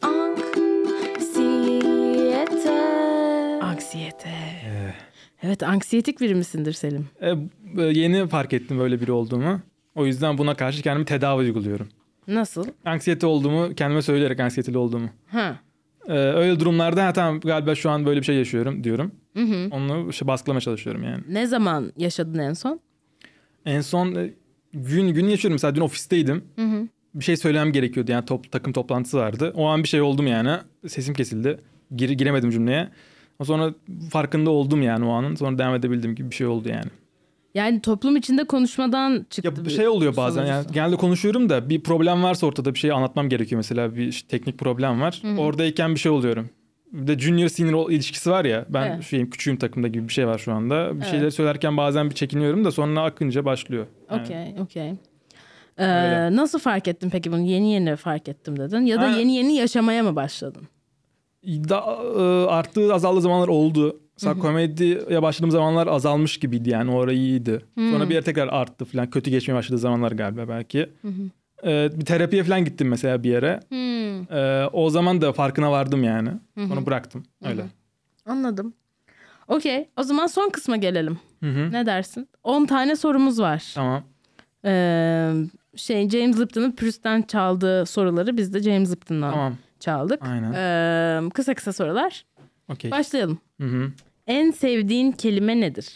Anksiyete. Anksiyete. Ee. Evet, anksiyetik biri misindir Selim? E, yeni fark ettim böyle biri olduğumu. O yüzden buna karşı kendimi tedavi uyguluyorum. Nasıl? Anksiyete olduğumu kendime söyleyerek anksiyeteli olduğumu. Ha. Ee, öyle durumlarda ha, tamam galiba şu an böyle bir şey yaşıyorum diyorum. Hı hı. Onu işte baskılamaya çalışıyorum yani. Ne zaman yaşadın en son? En son e, gün gün yaşıyorum. Mesela dün ofisteydim. Hı hı. Bir şey söylemem gerekiyordu yani top, takım toplantısı vardı. O an bir şey oldum yani. Sesim kesildi. Gir, giremedim cümleye. Sonra farkında oldum yani o anın. Sonra devam edebildiğim gibi bir şey oldu yani. Yani toplum içinde konuşmadan çıktı. Ya bir şey oluyor bazen. sonuçta. Yani genelde konuşuyorum da bir problem varsa ortada bir şey anlatmam gerekiyor. Mesela bir işte, teknik problem var. Hı-hı. Oradayken bir şey oluyorum. Bir de junior senior ilişkisi var ya. Ben evet. şeyim küçüğüm takımda gibi bir şey var şu anda. Bir evet. şeyleri söylerken bazen bir çekiniyorum da sonra akınca başlıyor. Yani. Okey, okey. Ee, nasıl fark ettin peki bunu? Yeni yeni fark ettim dedin. Ya da ha. yeni yeni yaşamaya mı başladın? Da, arttığı azaldığı zamanlar oldu. Mesela Hı-hı. komediye başladığım zamanlar azalmış gibiydi yani. O ara iyiydi. Hı-hı. Sonra bir yere tekrar arttı falan. Kötü geçmeye başladığı zamanlar galiba belki. Ee, bir terapiye falan gittim mesela bir yere. Ee, o zaman da farkına vardım yani. Hı-hı. Sonra bıraktım. Öyle. Hı-hı. Anladım. Okey. O zaman son kısma gelelim. Hı-hı. Ne dersin? on tane sorumuz var. Tamam. Ee, şey James Lipton'un Proust'tan çaldığı soruları biz de James Lipton'dan tamam. çaldık. Aynen. Ee, kısa kısa sorular. Okay. Başlayalım. Hı-hı. En sevdiğin kelime nedir?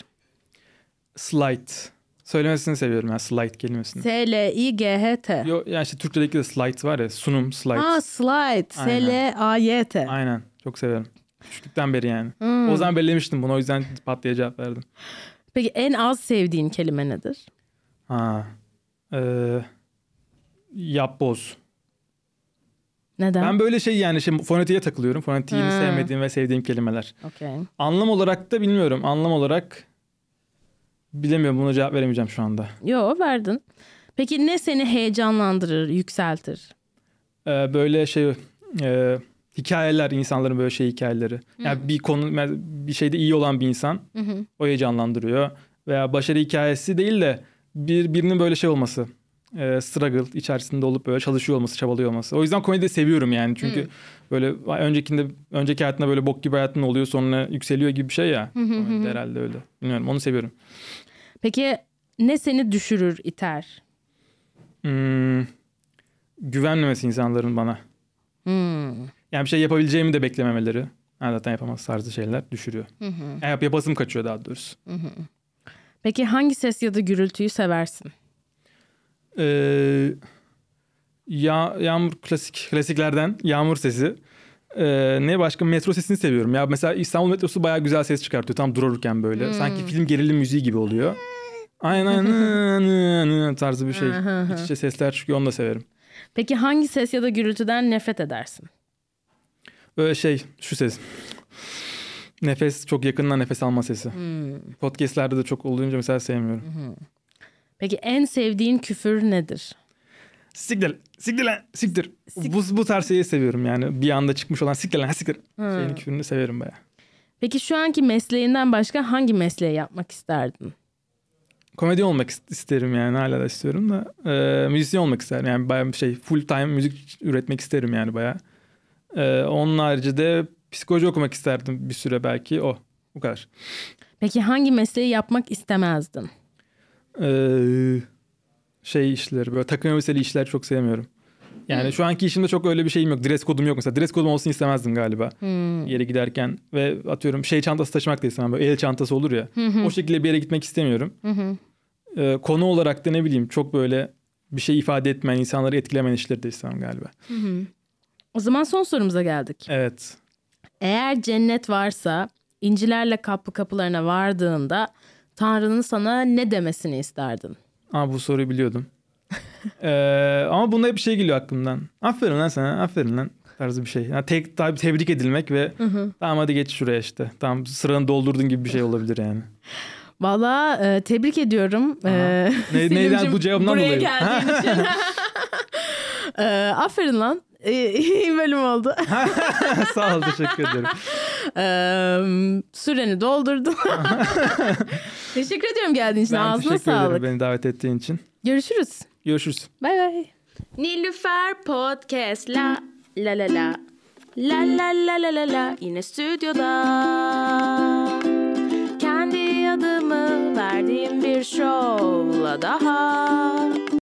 Slide. Söylemesini seviyorum yani slide kelimesini. S L I G H T. Yo yani işte Türkçedeki de slide var ya, sunum slide. Ha slide. S L A Y T. Aynen. Çok severim. Küçüklükten beri yani. Hmm. O zaman belirlemiştim bunu, o yüzden pat diye cevap verdim. Peki en az sevdiğin kelime nedir? Ha. Ee, yapboz. Neden? Ben böyle şey yani şey, fonetiğe takılıyorum. Fonetiğini hmm. sevmediğim ve sevdiğim kelimeler. Okay. Anlam olarak da bilmiyorum. Anlam olarak bilemiyorum. Buna cevap veremeyeceğim şu anda. Yo, verdin. Peki ne seni heyecanlandırır, yükseltir? Ee, böyle şey e, hikayeler, insanların böyle şey hikayeleri. Hmm. Yani bir konu, bir şeyde iyi olan bir insan hmm. o heyecanlandırıyor. Veya başarı hikayesi değil de bir birinin böyle şey olması. E, struggle içerisinde olup böyle çalışıyor olması, çabalıyor olması. O yüzden komediyi seviyorum yani. Çünkü hmm. böyle öncekinde önceki hayatında böyle bok gibi hayatın oluyor, sonra yükseliyor gibi bir şey ya. Komedi herhalde öyle. Bilmiyorum, onu seviyorum. Peki ne seni düşürür, iter? Hmm, güvenmemesi insanların bana. Hmm. Yani bir şey yapabileceğimi de beklememeleri. Ha, zaten yapamaz tarzı şeyler düşürüyor. Hı hı. Yani yapasım kaçıyor daha doğrusu. Hı hı. Peki hangi ses ya da gürültüyü seversin? Ee, ya, yağmur klasik klasiklerden yağmur sesi. Ee, ne başka, metro sesini seviyorum. Ya mesela İstanbul metrosu bayağı güzel ses çıkartıyor tam dururken böyle. Hmm. Sanki film gerilim müziği gibi oluyor. Aynen aynen tarzı bir şey. İç içe sesler çıkıyor, onu da severim. Peki hangi ses ya da gürültüden nefret edersin? Böyle şey, şu ses. Nefes, çok yakından nefes alma sesi. Hmm. Podcast'lerde de çok olunca mesela sevmiyorum. Hmm. Peki en sevdiğin küfür nedir? Siktir, siktir lan, siktir. Sik- bu, bu tarz şeyi seviyorum yani. Bir anda çıkmış olan siktir lan, siktir. Hmm. Şeyin küfürünü severim bayağı. Peki şu anki mesleğinden başka hangi mesleği yapmak isterdin? Komedi olmak isterim yani, hala da istiyorum da. E, müzisyen olmak isterim yani, bayağı bir şey, full time müzik üretmek isterim yani bayağı. E, onun harici de psikoloji okumak isterdim bir süre belki, o. Bu kadar. Peki hangi mesleği yapmak istemezdin? Ee, şey işleri, böyle takım elbiseli işler çok sevmiyorum. Yani hmm. şu anki işimde çok öyle bir şeyim yok. Dress kodum yok mesela. Dress kodum olsun istemezdim galiba. Hmm. Yere giderken ve atıyorum şey çantası taşımak da istemem. Böyle el çantası olur ya. Hmm. O şekilde bir yere gitmek istemiyorum. Hmm. Ee, konu olarak da ne bileyim çok böyle bir şey ifade etmeyen, insanları etkilemeyen işleri de istemem galiba. Hmm. O zaman son sorumuza geldik. Evet. Eğer cennet varsa incilerle kaplı kapılarına vardığında Tanrı'nın sana ne demesini isterdin? Aa, bu soruyu biliyordum. ee, ama bunda hep bir şey geliyor aklımdan. Aferin lan sana, aferin lan tarzı bir şey. Yani tek, tabii tebrik edilmek ve hı hı. tamam hadi geç şuraya işte. Tamam, sıranı doldurdun gibi bir şey olabilir yani. Valla e, tebrik ediyorum. E, ne, neyden bu cevabından dolayı? Buraya geldiğin için. e, aferin lan. İyi bölüm oldu. Sağ ol, teşekkür ederim. Ee, süreni doldurdum. Teşekkür ediyorum geldiğin için. Ben ağzına teşekkür sağlık. ederim beni davet ettiğin için. Görüşürüz. Görüşürüz. Bay bay. Nilüfer Podcast la la la la la la la la la la yine stüdyoda. Kendi adımı verdiğim bir şovla daha.